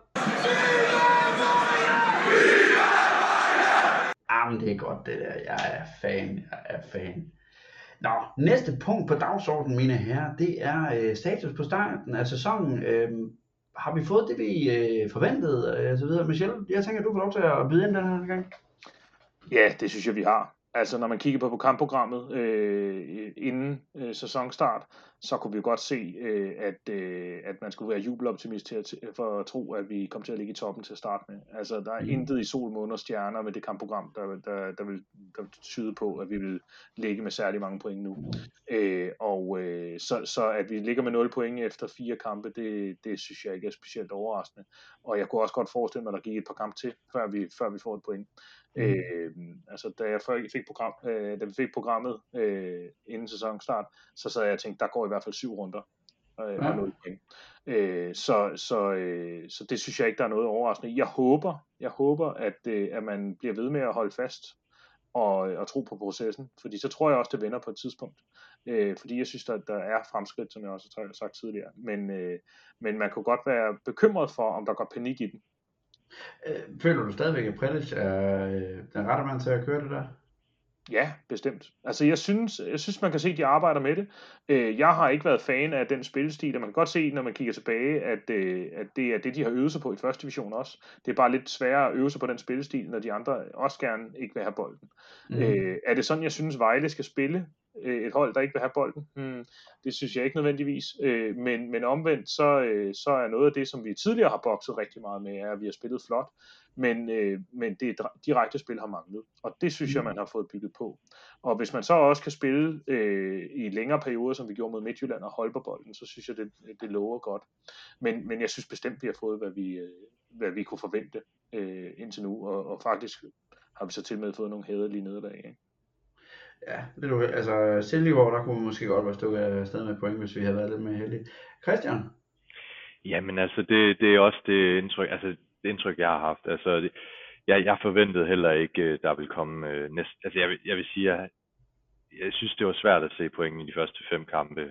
Men det er godt det der. Jeg er fan. Nå, næste punkt på dagsordenen, mine herrer, det er status på starten af sæsonen. Har vi fået det, vi forventede, og så videre? Michelle, jeg tænker, du får lov til at byde ind den her gang. Ja, det synes jeg, vi har. Altså, når man kigger på kampprogrammet inden sæsonstart, så kunne vi jo godt se, at man skulle være jubeloptimist for at tro, at vi kom til at ligge i toppen til at starte med. Altså, der er intet i sol, måne og stjerner med det kampprogram, der tyder på, at vi vil ligge med særlig mange point nu. Så at vi ligger med 0 point efter 4 kampe, det synes jeg ikke er specielt overraskende. Og jeg kunne også godt forestille mig, at der gik et par kampe til, før vi får et point. Altså da vi fik programmet inden sæsonstart, så sad jeg og tænkte, der går i hvert fald 7 runder og 0 point. Så det synes jeg ikke, der er noget overraskende. Jeg håber at man bliver ved med at holde fast og tro på processen, fordi så tror jeg også, det vender på et tidspunkt. Fordi jeg synes, der er fremskridt, som jeg også har sagt tidligere. Men man kunne godt være bekymret for, om der går panik i den. Føler du stadigvæk, at Prelic er den rette mand til at køre det der? Ja, bestemt. Altså jeg synes man kan se, at de arbejder med det. Jeg har ikke været fan af den spillestil, og man kan godt se, når man kigger tilbage, at det er det, de har øvet sig på i første division også. Det er bare lidt sværere at øve sig på den spillestil, når de andre også gerne ikke vil have bolden. Er det sådan, jeg synes, Vejle skal spille? Et hold, der ikke vil have bolden? Det synes jeg ikke nødvendigvis. Men omvendt, så er noget af det, som vi tidligere har bokset rigtig meget med, er, at vi har spillet flot. Men det direkte spil har manglet. Og det synes jeg, man har fået bygget på. Og hvis man så også kan spille i længere perioder, som vi gjorde mod Midtjylland og holde på bolden, så synes jeg, det lover godt. Men jeg synes bestemt, vi har fået, hvad vi kunne forvente indtil nu. Og faktisk har vi så til med fået nogle hæderlige nederlag, ikke? Ja, det er altså Silkeborg, der kunne måske godt være stukket afsted med point, hvis vi havde været lidt mere heldige. Christian? Jamen altså, det er også det indtryk, jeg har haft. Altså, jeg forventede heller ikke, der ville komme altså jeg vil sige, jeg synes, det var svært at se point i de første 5 kampe.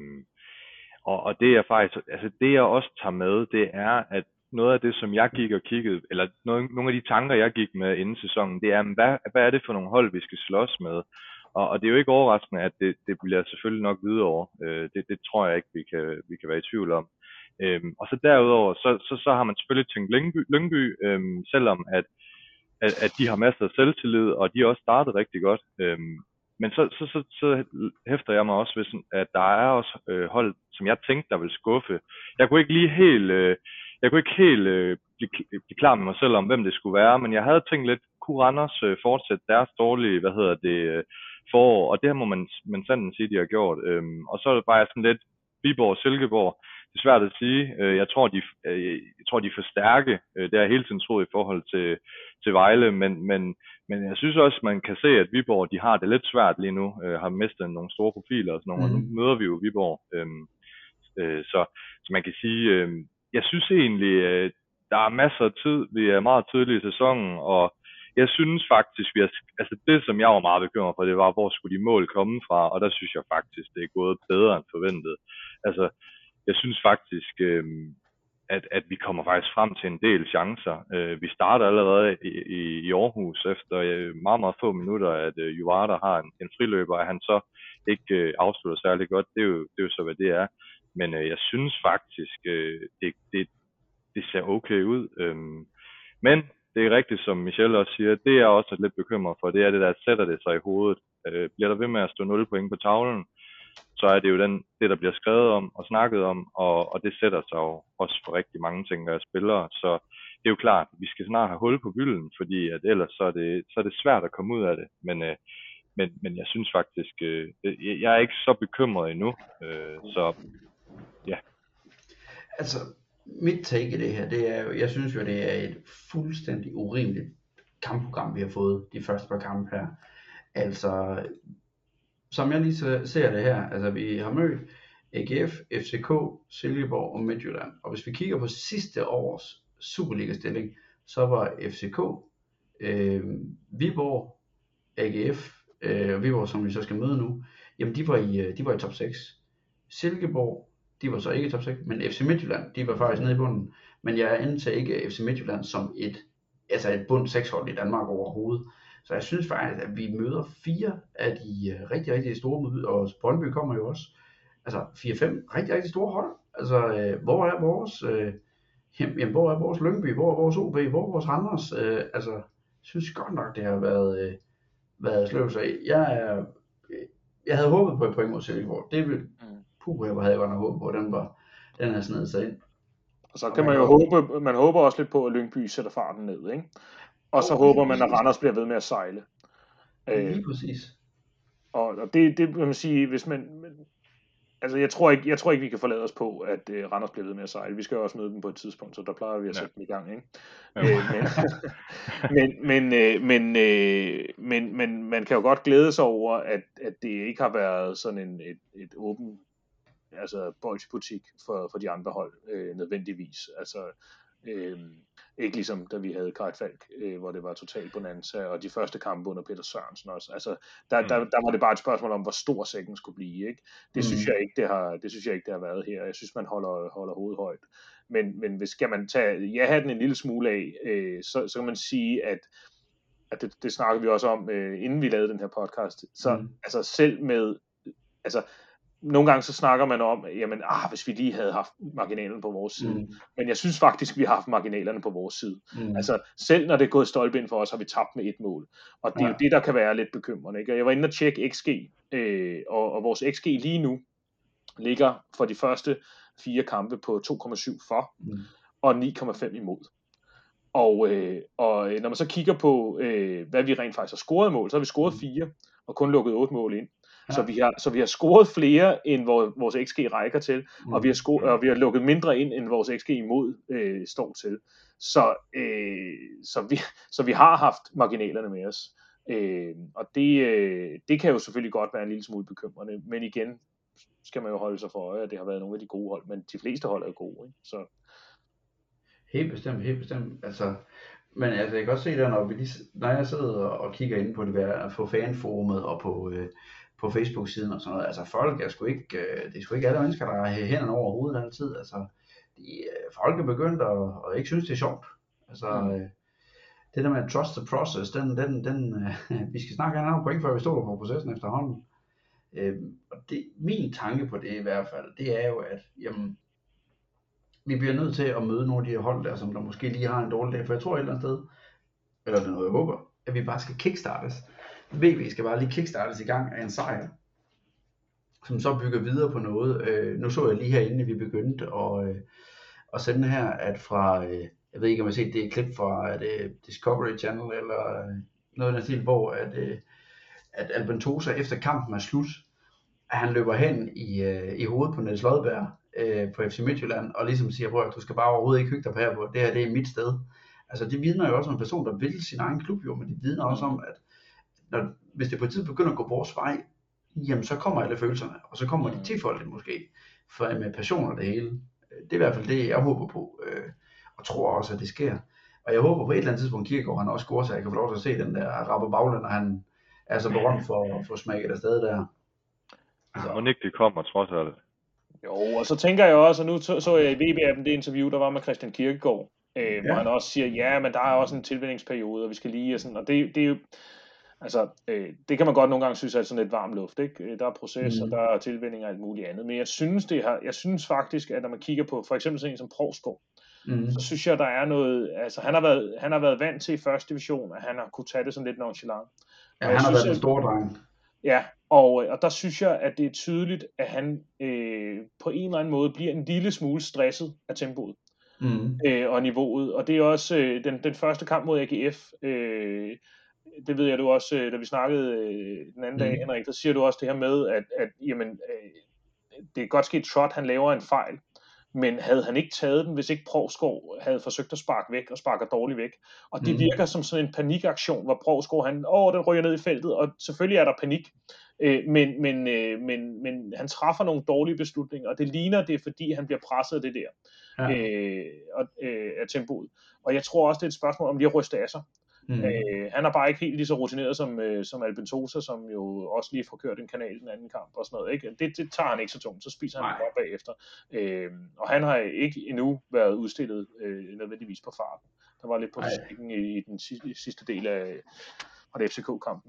Og det er faktisk, altså det jeg også tager med, det er, at noget af det, som jeg gik og kiggede, eller nogle af de tanker, jeg gik med inden sæsonen, det er, hvad er det for nogle hold, vi skal slås med? Og det er jo ikke overraskende, at det bliver selvfølgelig nok videre. Det tror jeg ikke, vi kan være i tvivl om. Og så derudover, så har man selvfølgelig tænkt Lyngby, selvom at de har masser af selvtillid, og de også startet rigtig godt. Men så hæfter jeg mig også ved, at der er også hold, som jeg tænkte, der ville skuffe. Jeg kunne ikke helt blive klar med mig selv om, hvem det skulle være, men jeg havde tænkt lidt, kunne Randers fortsætte deres dårlige, forår, og det her må man sandt sige, de har gjort. Og så var jeg sådan lidt Viborg og Silkeborg. Det er svært at sige. Jeg tror, de er for stærke. Det har jeg hele tiden troet i forhold til Vejle, men jeg synes også, man kan se, at Viborg, de har det lidt svært lige nu. Har mistet nogle store profiler og sådan noget, og nu møder vi jo Viborg. Så man kan sige, jeg synes egentlig, der er masser af tid. Vi er meget tidlige i sæsonen, og jeg synes faktisk, altså det, som jeg var meget bekymret for, det var, hvor skulle de mål komme fra, og der synes jeg faktisk, det er gået bedre end forventet. Altså, jeg synes faktisk, at vi kommer faktisk frem til en del chancer. Vi starter allerede i Aarhus efter meget, meget få minutter, at Juvada har en friløber, og han så ikke afslutter særlig godt. Det er jo så, hvad det er. Men jeg synes faktisk, det ser okay ud. Men det er rigtigt, som Michelle også siger, det er også lidt bekymret for, det er det, der sætter det sig i hovedet. Bliver der ved med at stå 0 point på tavlen, så er det jo det, der bliver skrevet om og snakket om, og det sætter sig jo også for rigtig mange ting, der er spillere. Så det er jo klart, at vi skal snart have hul på gylden, fordi at ellers så er det svært at komme ud af det. Men jeg synes faktisk, jeg er ikke så bekymret endnu, så ja. Altså, mit take i det her, det er jo, jeg synes jo, det er et fuldstændig urimeligt kampprogram, vi har fået de første par kampe her. Altså, som jeg lige ser det her, altså vi har mødt AGF, FCK, Silkeborg og Midtjylland. Og hvis vi kigger på sidste års Superliga-stilling, så var FCK, Viborg, AGF, Viborg, som vi så skal møde nu, jamen de var i top 6. Silkeborg, de var så ikke i top 6, men FC Midtjylland, de var faktisk nede i bunden. Men jeg anser ikke FC Midtjylland som et bund 6-hold i Danmark overhovedet. Så jeg synes faktisk, at vi møder 4 af de rigtig, rigtig store, og Brøndby kommer jo også. Altså 4-5 rigtig, rigtig store hold. Altså, hvor er vores Lyngby, hvor er vores OB, hvor er vores Randers? Altså, jeg synes godt nok, det har været sløvt. Så jeg havde håbet på et point mod Silkeborg. Det ville, jeg havde godt nok håbet på, den havde snedet sig ind. Og så kan man jo håbe, man håber også lidt på, at Lyngby sætter farten ned, ikke? Og så håber man, at Randers bliver ved med at sejle. Lige præcis. Og det vil man sige, hvis man... Altså, jeg tror ikke, vi kan forlade os på, at Randers bliver ved med at sejle. Vi skal jo også møde dem på et tidspunkt, så der plejer vi at sætte dem i gang, ikke? Men man kan jo godt glæde sig over, at det ikke har været sådan et åben bolsjebutik for de andre hold nødvendigvis. Altså ikke ligesom da vi havde Karl Falk, hvor det var totalt bonanza, og de første kampe under Peter Sørensen også. Altså der var det bare et spørgsmål om, hvor stor sækken skulle blive, ikke? Det synes jeg ikke det har været her. Jeg synes man holder hovedet højt. Men hvis skal man tage hatten en lille smule af, så kan man sige, at det snakkede vi også om inden vi lavede den her podcast. Så altså selv med nogle gange så snakker man om, jamen, hvis vi lige havde haft marginalen på vores side. Men jeg synes faktisk, vi har haft marginalerne på vores side. Altså, selv når det er gået stolpe ind for os, har vi tabt med 1 mål. Og det er jo det, der kan være lidt bekymrende, ikke? Og jeg var inde og tjekke XG, og vores XG lige nu ligger for de første 4 kampe på 2,7 for, og 9,5 imod. Og når man så kigger på, hvad vi rent faktisk har scoret mål, så har vi scoret 4, og kun lukket 8 mål ind. Så vi har scoret flere, end vores XG rækker til, og vi har lukket mindre ind, end vores XG imod står til. Så vi har haft marginalerne med os. Og det kan jo selvfølgelig godt være en lille smule bekymrende, men igen skal man jo holde sig for øje, at det har været nogle af de gode hold, men de fleste hold er gode, ikke? Så. Helt bestemt. Altså, men altså, jeg kan også se der, når jeg sidder og kigger ind på det på fanforumet og på Facebook-siden og sådan noget, altså folk er sgu ikke, det er sgu ikke alle mennesker, der har hænderne over hovedet altid, altså folk er begyndt at ikke synes det er sjovt, altså det der med trust the process, vi skal snakke en anden point, før vi stoler på processen efterhånden, og min tanke på det i hvert fald, det er jo, at jamen, vi bliver nødt til at møde nogle af de her hold der, som der måske lige har en dårlig dag, for jeg tror et eller andet sted, eller det er noget jeg håber, at vi bare skal kickstartes. VB skal bare lige kickstartes i gang af en sejr, som så bygger videre på noget. Nu så jeg lige herinde, vi begyndte at sende her, at fra, jeg ved ikke om jeg har set det klip fra Discovery Channel, eller noget af den stil, hvor at Albentosa efter kampen er slut, at han løber hen i hovedet på Niels Lodberg på FC Midtjylland, og ligesom siger, prøv at du skal bare overhovedet ikke hygge dig på her på, det her det er mit sted. Altså det vidner jo også om en person, der vil sin egen klub jo, men det vidner også om, at hvis det på et tidspunkt begynder at gå vores vej, jamen så kommer alle følelserne, og så kommer de tilfoldet måske, for med passion og det hele. Det er i hvert fald det, jeg håber på, og tror også, at det sker. Og jeg håber på et eller andet tidspunkt, Kierkegaard han også scorer, så jeg kan få lov til at se den der Rapper Bagland, når han er så berømt for smækket afsted der. Altså. Må ikke det kommer trods alt. Jo, og så tænker jeg også, og nu så jeg i VB-appen det interview, der var med Christian Kierkegaard, hvor han også siger, ja, men der er også en tilvændingsperiode, og vi skal lige, og sådan, og det er jo, altså, det kan man godt nogle gange synes er sådan lidt varm luft, ikke? Der er processer, der er tilvænding og alt muligt andet, men jeg synes faktisk, at når man kigger på for eksempel sådan en som Provsgaard, så synes jeg, der er noget, altså han har været vant til i første division, at han har kunne tage det sådan lidt nonchalant. Ja, han har været en stor dreng. Ja, og der synes jeg, at det er tydeligt, at han på en eller anden måde bliver en lille smule stresset af tempoet og niveauet. Og det er også den første kamp mod AGF, det ved jeg du også, da vi snakkede den anden dag, Henrik, der siger du også det her med, at jamen, det er godt sket Trot, han laver en fejl, men havde han ikke taget den, hvis ikke Provsgaard havde forsøgt at sparke væk, og sparker dårligt væk. Og det virker som sådan en panikaktion, hvor Provsgaard, den ryger ned i feltet, og selvfølgelig er der panik, Men han træffer nogle dårlige beslutninger, og det ligner det, fordi han bliver presset af det der, af tempoet. Og jeg tror også, det er et spørgsmål om lige at ryste af sig. Han er bare ikke helt lige så rutineret som Albentosa, som jo også lige får kørt en kanal den anden kamp og sådan noget, ikke? Det tager han ikke så tungt, så spiser han godt bagefter. Og han har ikke endnu været udstillet nødvendigvis på farten. Der var lidt på fysikken i den sidste del af FCK-kampen.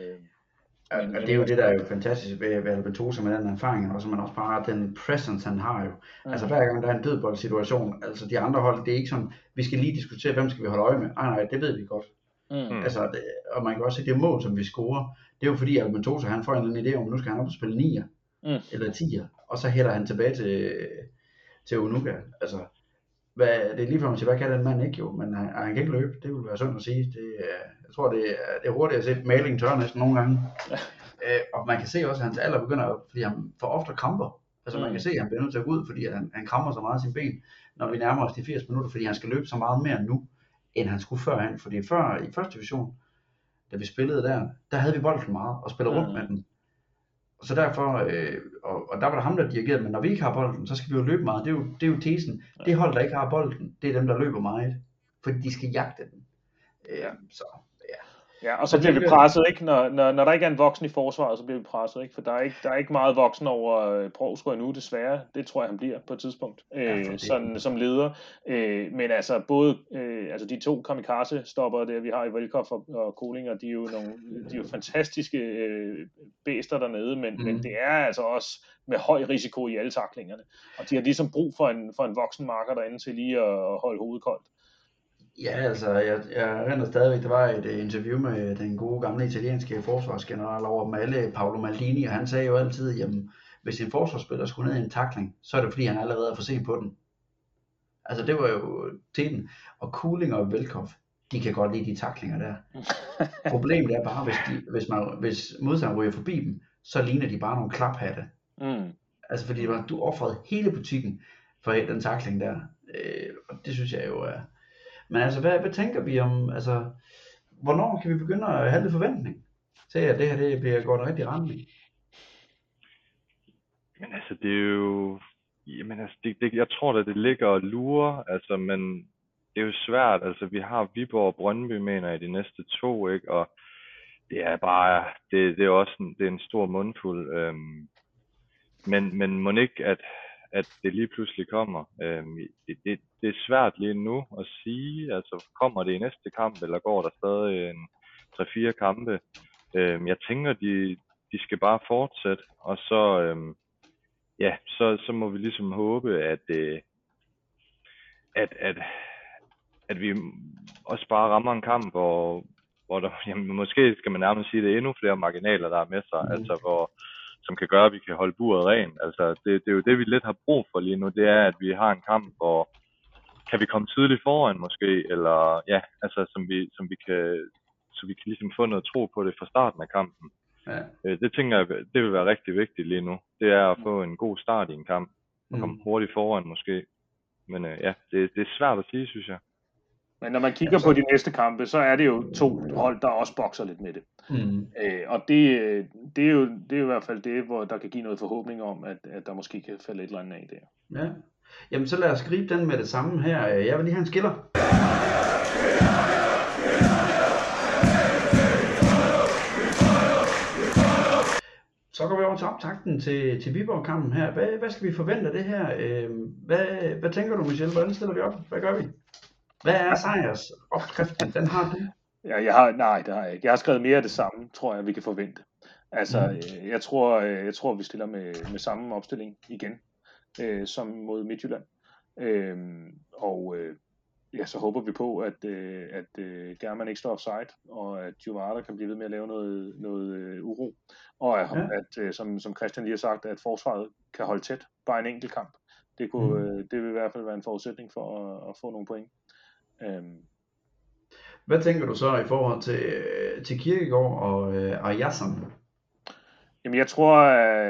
Og det er jo det, der er jo fantastisk ved Albentosa med den erfaring, og så man også bare den presence, han har jo. Altså hver gang der er en dødboldsituation, altså de andre hold, det er ikke sådan, vi skal lige diskutere, hvem skal vi holde øje med. Nej, det ved vi godt. Altså, og man kan også se, det mål, som vi scorer, det er jo fordi Albentosa, han får en eller anden idé om, nu skal han op og spille 9'er, eller 10'er, og så hælder han tilbage til Unuka. Altså, det er lige for at sige, hvad kan den mand ikke jo, men han kan ikke løbe, det vil være synd at sige. Jeg tror, det er hurtigt at se maling tør næsten nogle gange. Og man kan se også, at hans alder begynder, fordi han får ofte kramper. Altså man kan se, at han bliver nødt til at gå ud, fordi han krammer så meget af sine ben, når vi nærmer os de 80 minutter, fordi han skal løbe så meget mere nu, end han skulle førhen. Fordi før i første division, da vi spillede der havde vi bolden meget og spillede rundt med den. Og så derfor, og der var der ham, der dirigerede, men når vi ikke har bolden, så skal vi jo løbe meget. Det er jo tesen. Det hold, der ikke har bolden, det er dem, der løber meget. Fordi de skal jagte den. Ja, og så bliver vi presset, ikke? Når der ikke er en voksen i forsvaret, så bliver vi presset, ikke? For der er ikke meget voksen over Provsgaard endnu, desværre. Det tror jeg, han bliver på et tidspunkt, som leder. Men altså, både de to kamikaze-stoppere der, vi har i Velkoff og Kolinger, de er jo fantastiske bæster dernede, men det er altså også med høj risiko i alle taklingerne. Og de har ligesom brug for en voksen marker derinde til lige at holde hovedet koldt. Ja, altså, jeg render stadigvæk, der var et interview med den gode gamle italienske forsvarsgeneral over dem alle, Paolo Maldini, og han sagde jo altid, jamen, hvis en forsvarsspiller skulle ned i en tackling, så er det fordi, han allerede er for sent på den. Altså, det var jo tiden. Og Kolinger og Velkoff, de kan godt lide de tacklinger der. Problemet er bare, hvis modstanderen ryger forbi dem, så ligner de bare nogle klaphatte. Altså, fordi du offrede hele butikken for den tackling der. Og det synes jeg jo er... Men altså, hvad tænker vi om, altså, hvornår kan vi begynde at have lidt forventning til, at det her det bliver gået rigtig retning? Men altså, det er jo, jamen altså, jeg tror da, det ligger og lurer, altså, men det er jo svært, altså, vi har Viborg og Brøndby, mener jeg, de næste 2, ikke, og det er bare, det er også det er en stor mundfuld, men må ikke, at det lige pludselig kommer. Det er svært lige nu at sige, altså kommer det i næste kamp, eller går der stadig en 3-4 kampe. Jeg tænker, de skal bare fortsætte, og så, så må vi ligesom håbe, at vi også bare rammer en kamp, hvor der, jamen, måske skal man nærmest sige, det er endnu flere marginaler, der er med sig, altså som kan gøre, at vi kan holde buret rent. Altså, det er jo det, vi lidt har brug for lige nu, det er, at vi har en kamp, hvor kan vi komme tidligt foran måske, eller ja, altså, så vi kan ligesom få noget tro på det fra starten af kampen. Ja. Det tænker jeg, det vil være rigtig vigtigt lige nu. Det er at få en god start i en kamp, og komme hurtigt foran måske. Men det er svært at sige, synes jeg. Men når man kigger på de næste kampe, så er det jo 2 hold, der også bokser lidt med det. Og det er jo i hvert fald det, hvor der kan give noget forhåbning om, at der måske kan falde et eller andet af der. Ja. Jamen så lad os gribe den med det samme her. Jeg vil lige have en skiller. Så går vi over til optakten til Viborg-kampen her. Hvad skal vi forvente af det her? Hvad tænker du, Michel? Hvordan stiller vi op? Hvad gør vi? Hvad er sejrs opskriften? Den har du? Ja, nej, det har jeg ikke. Jeg har skrevet mere af det samme, tror jeg, vi kan forvente. Altså, jeg tror, vi stiller med samme opstilling igen, som mod Midtjylland. Så håber vi på, at German ikke står offside, og at Juvara kan blive ved med at lave noget uro. Og at som Christian lige har sagt, at forsvaret kan holde tæt, bare en enkelt kamp. Det vil i hvert fald være en forudsætning for at få nogle point. Hvad tænker du så i forhold til Kirkegaard og Yassan? Jamen jeg tror,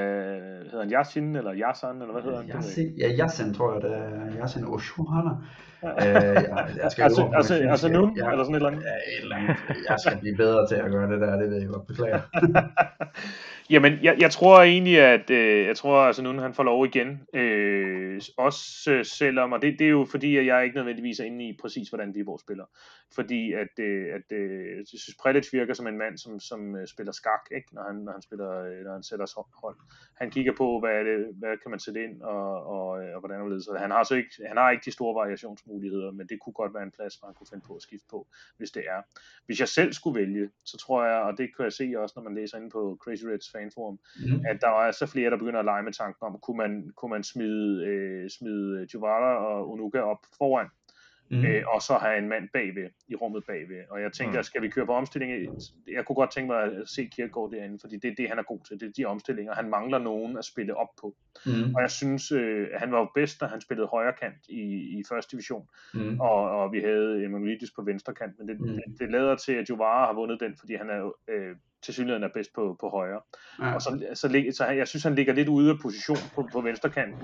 hedder han Yassin eller Yassan, eller hvad hedder han? Ja, Yassin tror jeg, det er Yassin Oshuhana. Jeg skal øve mig på mit fynske. nu, eller sådan et eller andet? Ja, et eller andet. Jeg skal blive bedre til at gøre det der, det ved jeg godt, beklager. Jamen, jeg tror egentlig, at altså nu han får lov igen. Også selvom, og det er jo fordi, at jeg ikke nødvendigvis er inde i præcis, hvordan Viborg spiller. Fordi at jeg synes, Prelic virker som en mand, som spiller skak, ikke? Når han sætter hold. Han kigger på, hvad kan man sætte ind, og hvordan det så han har ikke de store variationsmuligheder, men det kunne godt være en plads, hvor han kunne finde på at skifte på, hvis det er. Hvis jeg selv skulle vælge, så tror jeg, og det kan jeg se også, når man læser inde på Crazy Reds fanforum, at der er så flere, der begynder at lege med tanken om, kunne man smide Juvara og Onuka op foran, og så have en mand bagved, i rummet bagved. Og jeg tænker, skal vi køre på omstilling? Jeg kunne godt tænke mig at se Kierkegaard derinde, fordi det er det, han er god til. Det er de omstillinger. Han mangler nogen at spille op på. Og jeg synes, han var jo bedst, da han spillede højre kant i første division. Og vi havde Emanuelidis på venstre kant. Men det lader til, at Juvara har vundet den, fordi han er jo til synligheden er bedst på højre. Ja. Og så jeg synes, han ligger lidt ude af position på venstre kanten.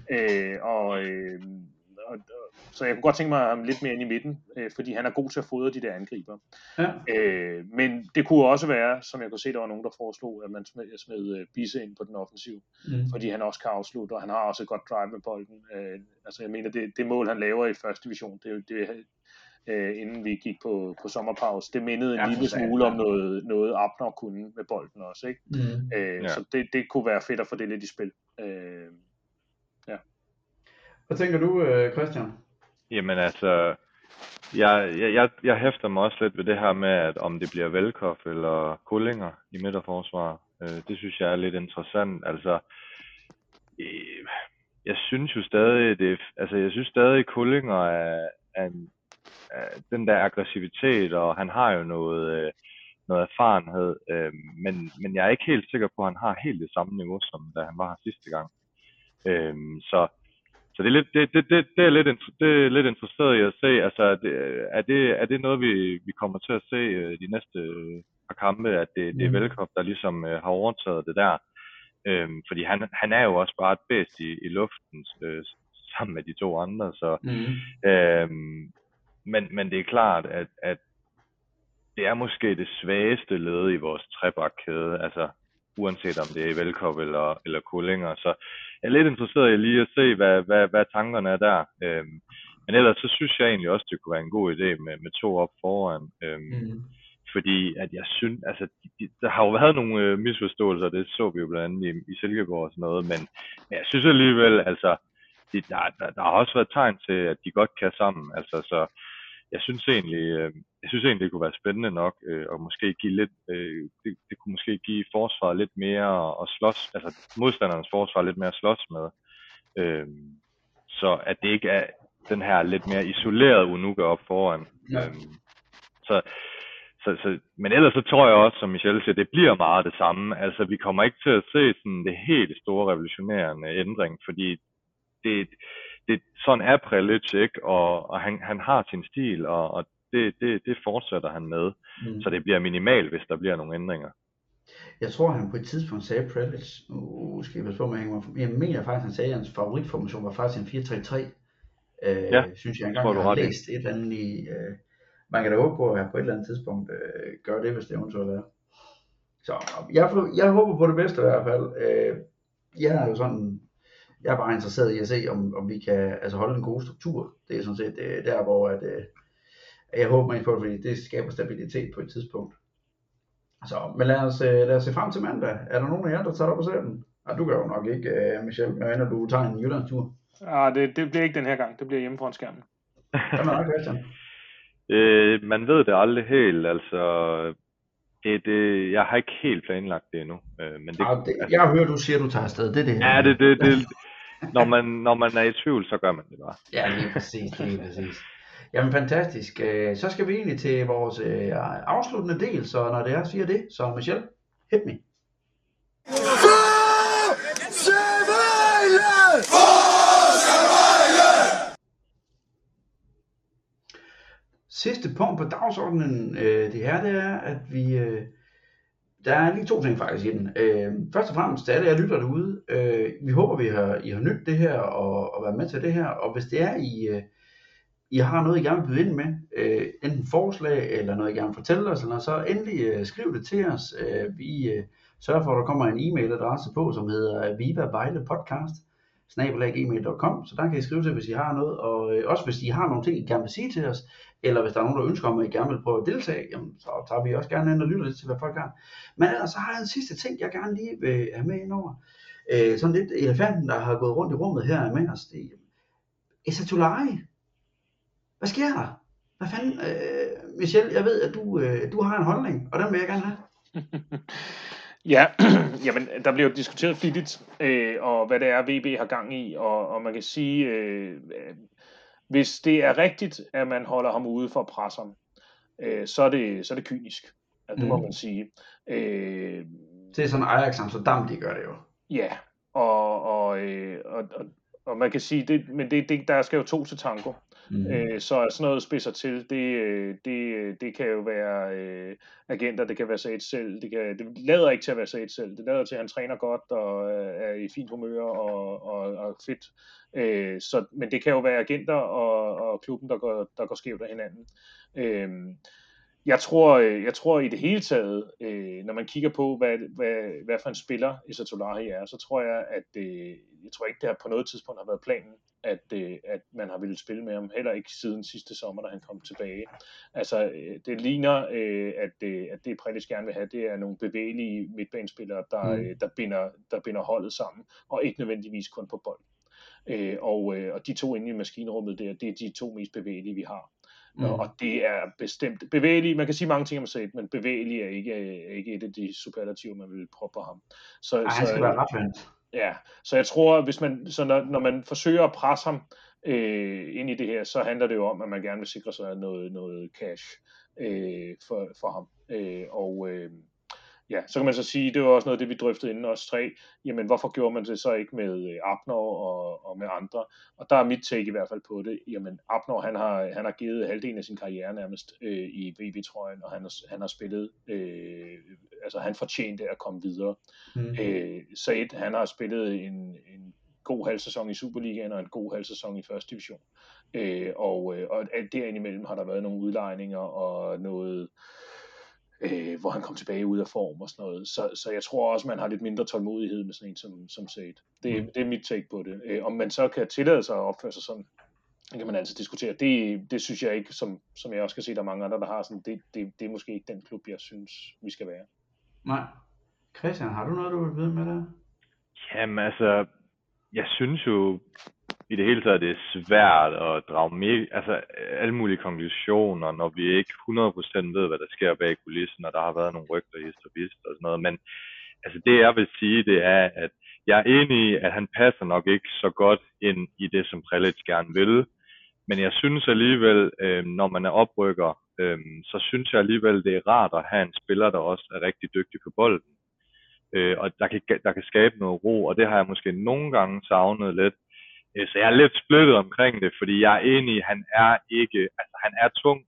Så jeg kunne godt tænke mig ham lidt mere ind i midten, fordi han er god til at fodre de der angriber. Ja. Men det kunne også være, som jeg kunne se, der var nogen, der foreslog, at man smed Bisse ind på den offensiv, fordi han også kan afslutte, og han har også et godt drive med bolden. Altså jeg mener, det mål, han laver i første division, inden vi gik på sommerpause, det mindede en lille smule om noget Abner kunne med bolden også, ikke? Så det kunne være fedt at få det lidt i spil. Hvad tænker du, Christian? Jamen altså, jeg hæfter mig også lidt ved det her med, at om det bliver Velkoff eller Kullinger i midterforsvar. Det synes jeg er lidt interessant. Altså, jeg synes jo stadig, jeg synes stadig Kullinger er den der aggressivitet, og han har jo noget erfarenhed, men jeg er ikke helt sikker på, at han har helt det samme niveau, som da han var her sidste gang. Så det er lidt interesseret i at se, altså er det noget vi kommer til at se de næste par kampe, at det er Velkoff, der ligesom har overtaget det der, fordi han er jo også bare et bedst i luften sammen med de to andre, så men det er klart, at det er måske det svageste led i vores trebakkæde, altså uanset om det er Velkoff eller Kullinger. Så jeg er lidt interesseret i lige at se, hvad tankerne er der. Men ellers så synes jeg egentlig også, det kunne være en god idé med to op foran. Fordi at jeg synes, altså der har jo været nogle misforståelser, det så vi jo blandt andet i Silkeborg og sådan noget, men jeg synes alligevel, altså der har også været tegn til, at de godt kan sammen. Altså så jeg synes egentlig, det kunne være spændende nok, og måske give lidt, det kunne måske give forsvaret lidt mere at slås, altså modstandernes forsvar lidt mere at slås med. Så at det ikke er den her lidt mere isolerede Onuka op foran. Men ellers så tror jeg også, som Michel siger, det bliver meget det samme. Altså vi kommer ikke til at se sådan det helt store revolutionerende ændring, fordi det sådan er Prelic, ikke? Og han har sin stil, og det fortsætter han med. Så det bliver minimalt, hvis der bliver nogle ændringer. Jeg tror, han på et tidspunkt sagde Prelic, skal jeg passe på med at hænge mig. Jeg mener faktisk, han sagde, at hans favoritformation var faktisk en 4-3-3. Synes jeg engang, jeg har læst et eller andet i... man kan da håbe på, at jeg på et eller andet tidspunkt gør det, hvis det eventuelt er. Så jeg håber på det bedste i hvert fald. Jeg er jo sådan... Jeg er bare interesseret i at se, om vi kan holde en god struktur. Det er sådan set der, hvor jeg håber mest på det, fordi det skaber stabilitet på et tidspunkt. Så, men lad os se frem til mandag. Er der nogen af jer, der tager op og ser den? Du gør jo nok ikke, Michel, når du tager en Jyllandstur. Det bliver ikke den her gang. Det bliver hjemme foran skærmen. Hvad med dig, Christian? Man ved det aldrig helt, altså... jeg har ikke helt planlagt det endnu. Men jeg har hørt, du siger, du tager afsted. Det er det. Ja, det når man er i tvivl, så gør man det bare. Ja, lige præcis. Jamen fantastisk. Så skal vi egentlig til vores afsluttende del, så når det er, siger det, så Michel, hit me. Sidste punkt på dagsordenen, det er, at vi... der er lige to ting faktisk i den. Først og fremmest, alle jer lytter derude, vi håber, I har nydt det her og været med til det her. Og hvis det er, I har noget, I gerne vil byde ind med, enten forslag eller noget, I gerne vil fortælle os, eller så endelig skriv det til os. Vi sørger for, at der kommer en e-mailadresse på, som hedder vivavejlepodcast@gmail.com, så der kan I skrive til, hvis I har noget, og også hvis I har nogle ting, I gerne vil sige til os, eller hvis der er nogen, der ønsker om, at I gerne vil prøve at deltage, jamen, så tager vi også gerne ind og lytter lidt til, hvad folk har. Men ellers så har jeg en sidste ting, jeg gerne lige vil have med indover. Sådan lidt elefanten, der har gået rundt i rummet her med os, det er Esa Touré. Hvad sker der? Hvad fanden? Michel, jeg ved, at du har en holdning, og den vil jeg gerne have. Ja, jamen, der bliver jo diskuteret flittigt, og hvad det er, VB har gang i, og man kan sige, hvis det er rigtigt, at man holder ham ude for at presse ham, så er det kynisk. Ja, det må man sige. Det er sådan Ajax Amsterdam, de gør det jo. Ja, og man kan sige, men der skal jo 2 til tango. Så sådan noget spidser til, det kan jo være agenter, det kan være Said selv, det lader ikke til at være Said selv, det lader til, at han træner godt og er i fint humør og fedt. Men det kan jo være agenter og klubben, der går skævt af hinanden. Jeg tror i det hele taget, når man kigger på, hvad for en spiller Esa Touré er, så tror jeg, at jeg tror ikke, det har på noget tidspunkt har været planen, at man har ville spille med ham, heller ikke siden sidste sommer, da han kom tilbage. Altså, det ligner, at det Prelitsch gerne vil have, det er nogle bevægelige midtbanespillere, der binder holdet sammen, og ikke nødvendigvis kun på bold. Og de 2 inde i maskinrummet der, det er de 2 mest bevægelige, vi har. Og det er bestemt bevægelig. Man kan sige mange ting om Said, men bevægelig er ikke et af de superlativer, man vil prøve på ham. Han skal være retvendt. Ja, så jeg tror, hvis når man forsøger at presse ham ind i det her, så handler det jo om, at man gerne vil sikre sig noget cash for ham. Ja, så kan man så sige, det var også noget af det, vi drøftede inden os 3. Jamen, hvorfor gjorde man det så ikke med Abner og med andre? Og der er mit take i hvert fald på det. Jamen, Abner, han har givet halvdelen af sin karriere nærmest i VB-trøjen, og han har spillet, altså han fortjente at komme videre. Said, han har spillet en god halvsæson i Superligaen og en god halvsæson i første division. Og alt derimellem har der været nogle udlejninger og noget, hvor han kom tilbage ud af form og sådan noget. Så jeg tror også, man har lidt mindre tålmodighed med sådan en som Said. Det er mit take på det. Om man så kan tillade sig at opføre sig sådan, det kan man altid diskutere. Det synes jeg ikke, som jeg også kan se, der er mange andre, der har sådan, det er måske ikke den klub, jeg synes, vi skal være. Nej. Christian, har du noget, du vil vide med det? Jamen altså, jeg synes jo i det hele taget, det er svært at drage alle mulige konklusioner, når vi ikke 100% ved, hvad der sker bag kulissen, og der har været nogle rygter i og sådan noget. Men altså det jeg vil sige, det er, at jeg er enig i, at han passer nok ikke så godt ind i det, som Prelitsch gerne vil. Men jeg synes alligevel, når man er oprykker, så synes jeg alligevel, det er rart at have en spiller, der også er rigtig dygtig på bolden. Og der kan skabe noget ro, og det har jeg måske nogle gange savnet lidt. Så jeg er lidt splittet omkring det, fordi jeg er enig, han er tung,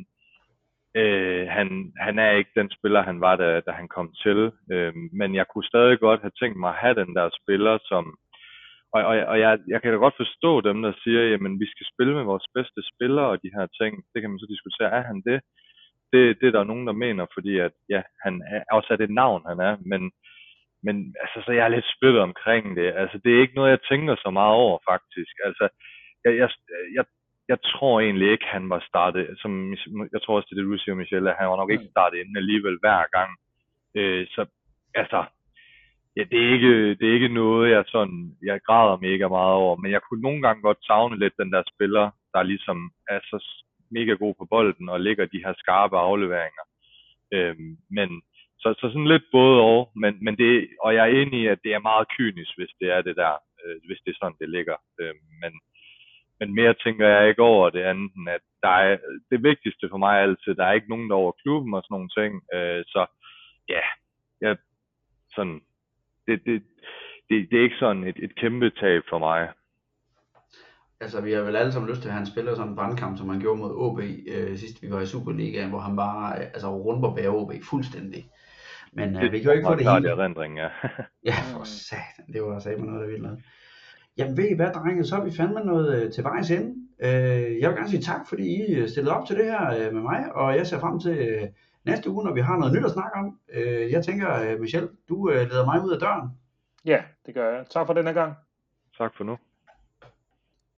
han er ikke den spiller, han var, da han kom til, men jeg kunne stadig godt have tænkt mig at have den der spiller, som, og jeg kan da godt forstå dem, der siger, jamen vi skal spille med vores bedste spillere og de her ting, det kan man så diskutere, er han det? Det er der nogen, der mener, fordi at, ja, han er også er det navn, han er, men altså, så jeg er lidt splittet omkring det. Altså, det er ikke noget, jeg tænker så meget over, faktisk. Altså, jeg tror egentlig ikke, han var startet, som jeg tror også, det er det, du siger, Michel, at han var nok ikke startet inden alligevel hver gang. Så, altså, ja, det er ikke noget, jeg græder mega meget over, men jeg kunne nogle gange godt savne lidt den der spiller, der ligesom er så mega god på bolden og ligger de her skarpe afleveringer. Så sådan lidt både og, men det, og jeg er enig i, at det er meget kynisk, hvis det er det der, hvis det er sådan, det ligger. Men mere tænker jeg ikke over det andet, end at der er det vigtigste for mig altid, der er ikke nogen der over klubben og sådan nogle ting. Så ja, sådan, det er ikke sådan et kæmpe tab for mig. Altså, vi har vel alle sammen lyst til, at han spiller sådan en brandkamp, som han gjorde mod OB sidst vi var i Superligaen, hvor han bare rundbarberer OB fuldstændig. Men vi kan jo ikke få det hele. Det er erindring, ja. Ja, for satan. Det var altså ikke noget, der ville noget. Jamen ved I hvad, drenge, så er vi fandme noget til vejs ende. Jeg vil gerne sige tak, fordi I stillede op til det her med mig, og jeg ser frem til næste uge, når vi har noget nyt at snakke om. Jeg tænker, Michel, du leder mig ud af døren. Ja, det gør jeg. Tak for den her gang. Tak for nu.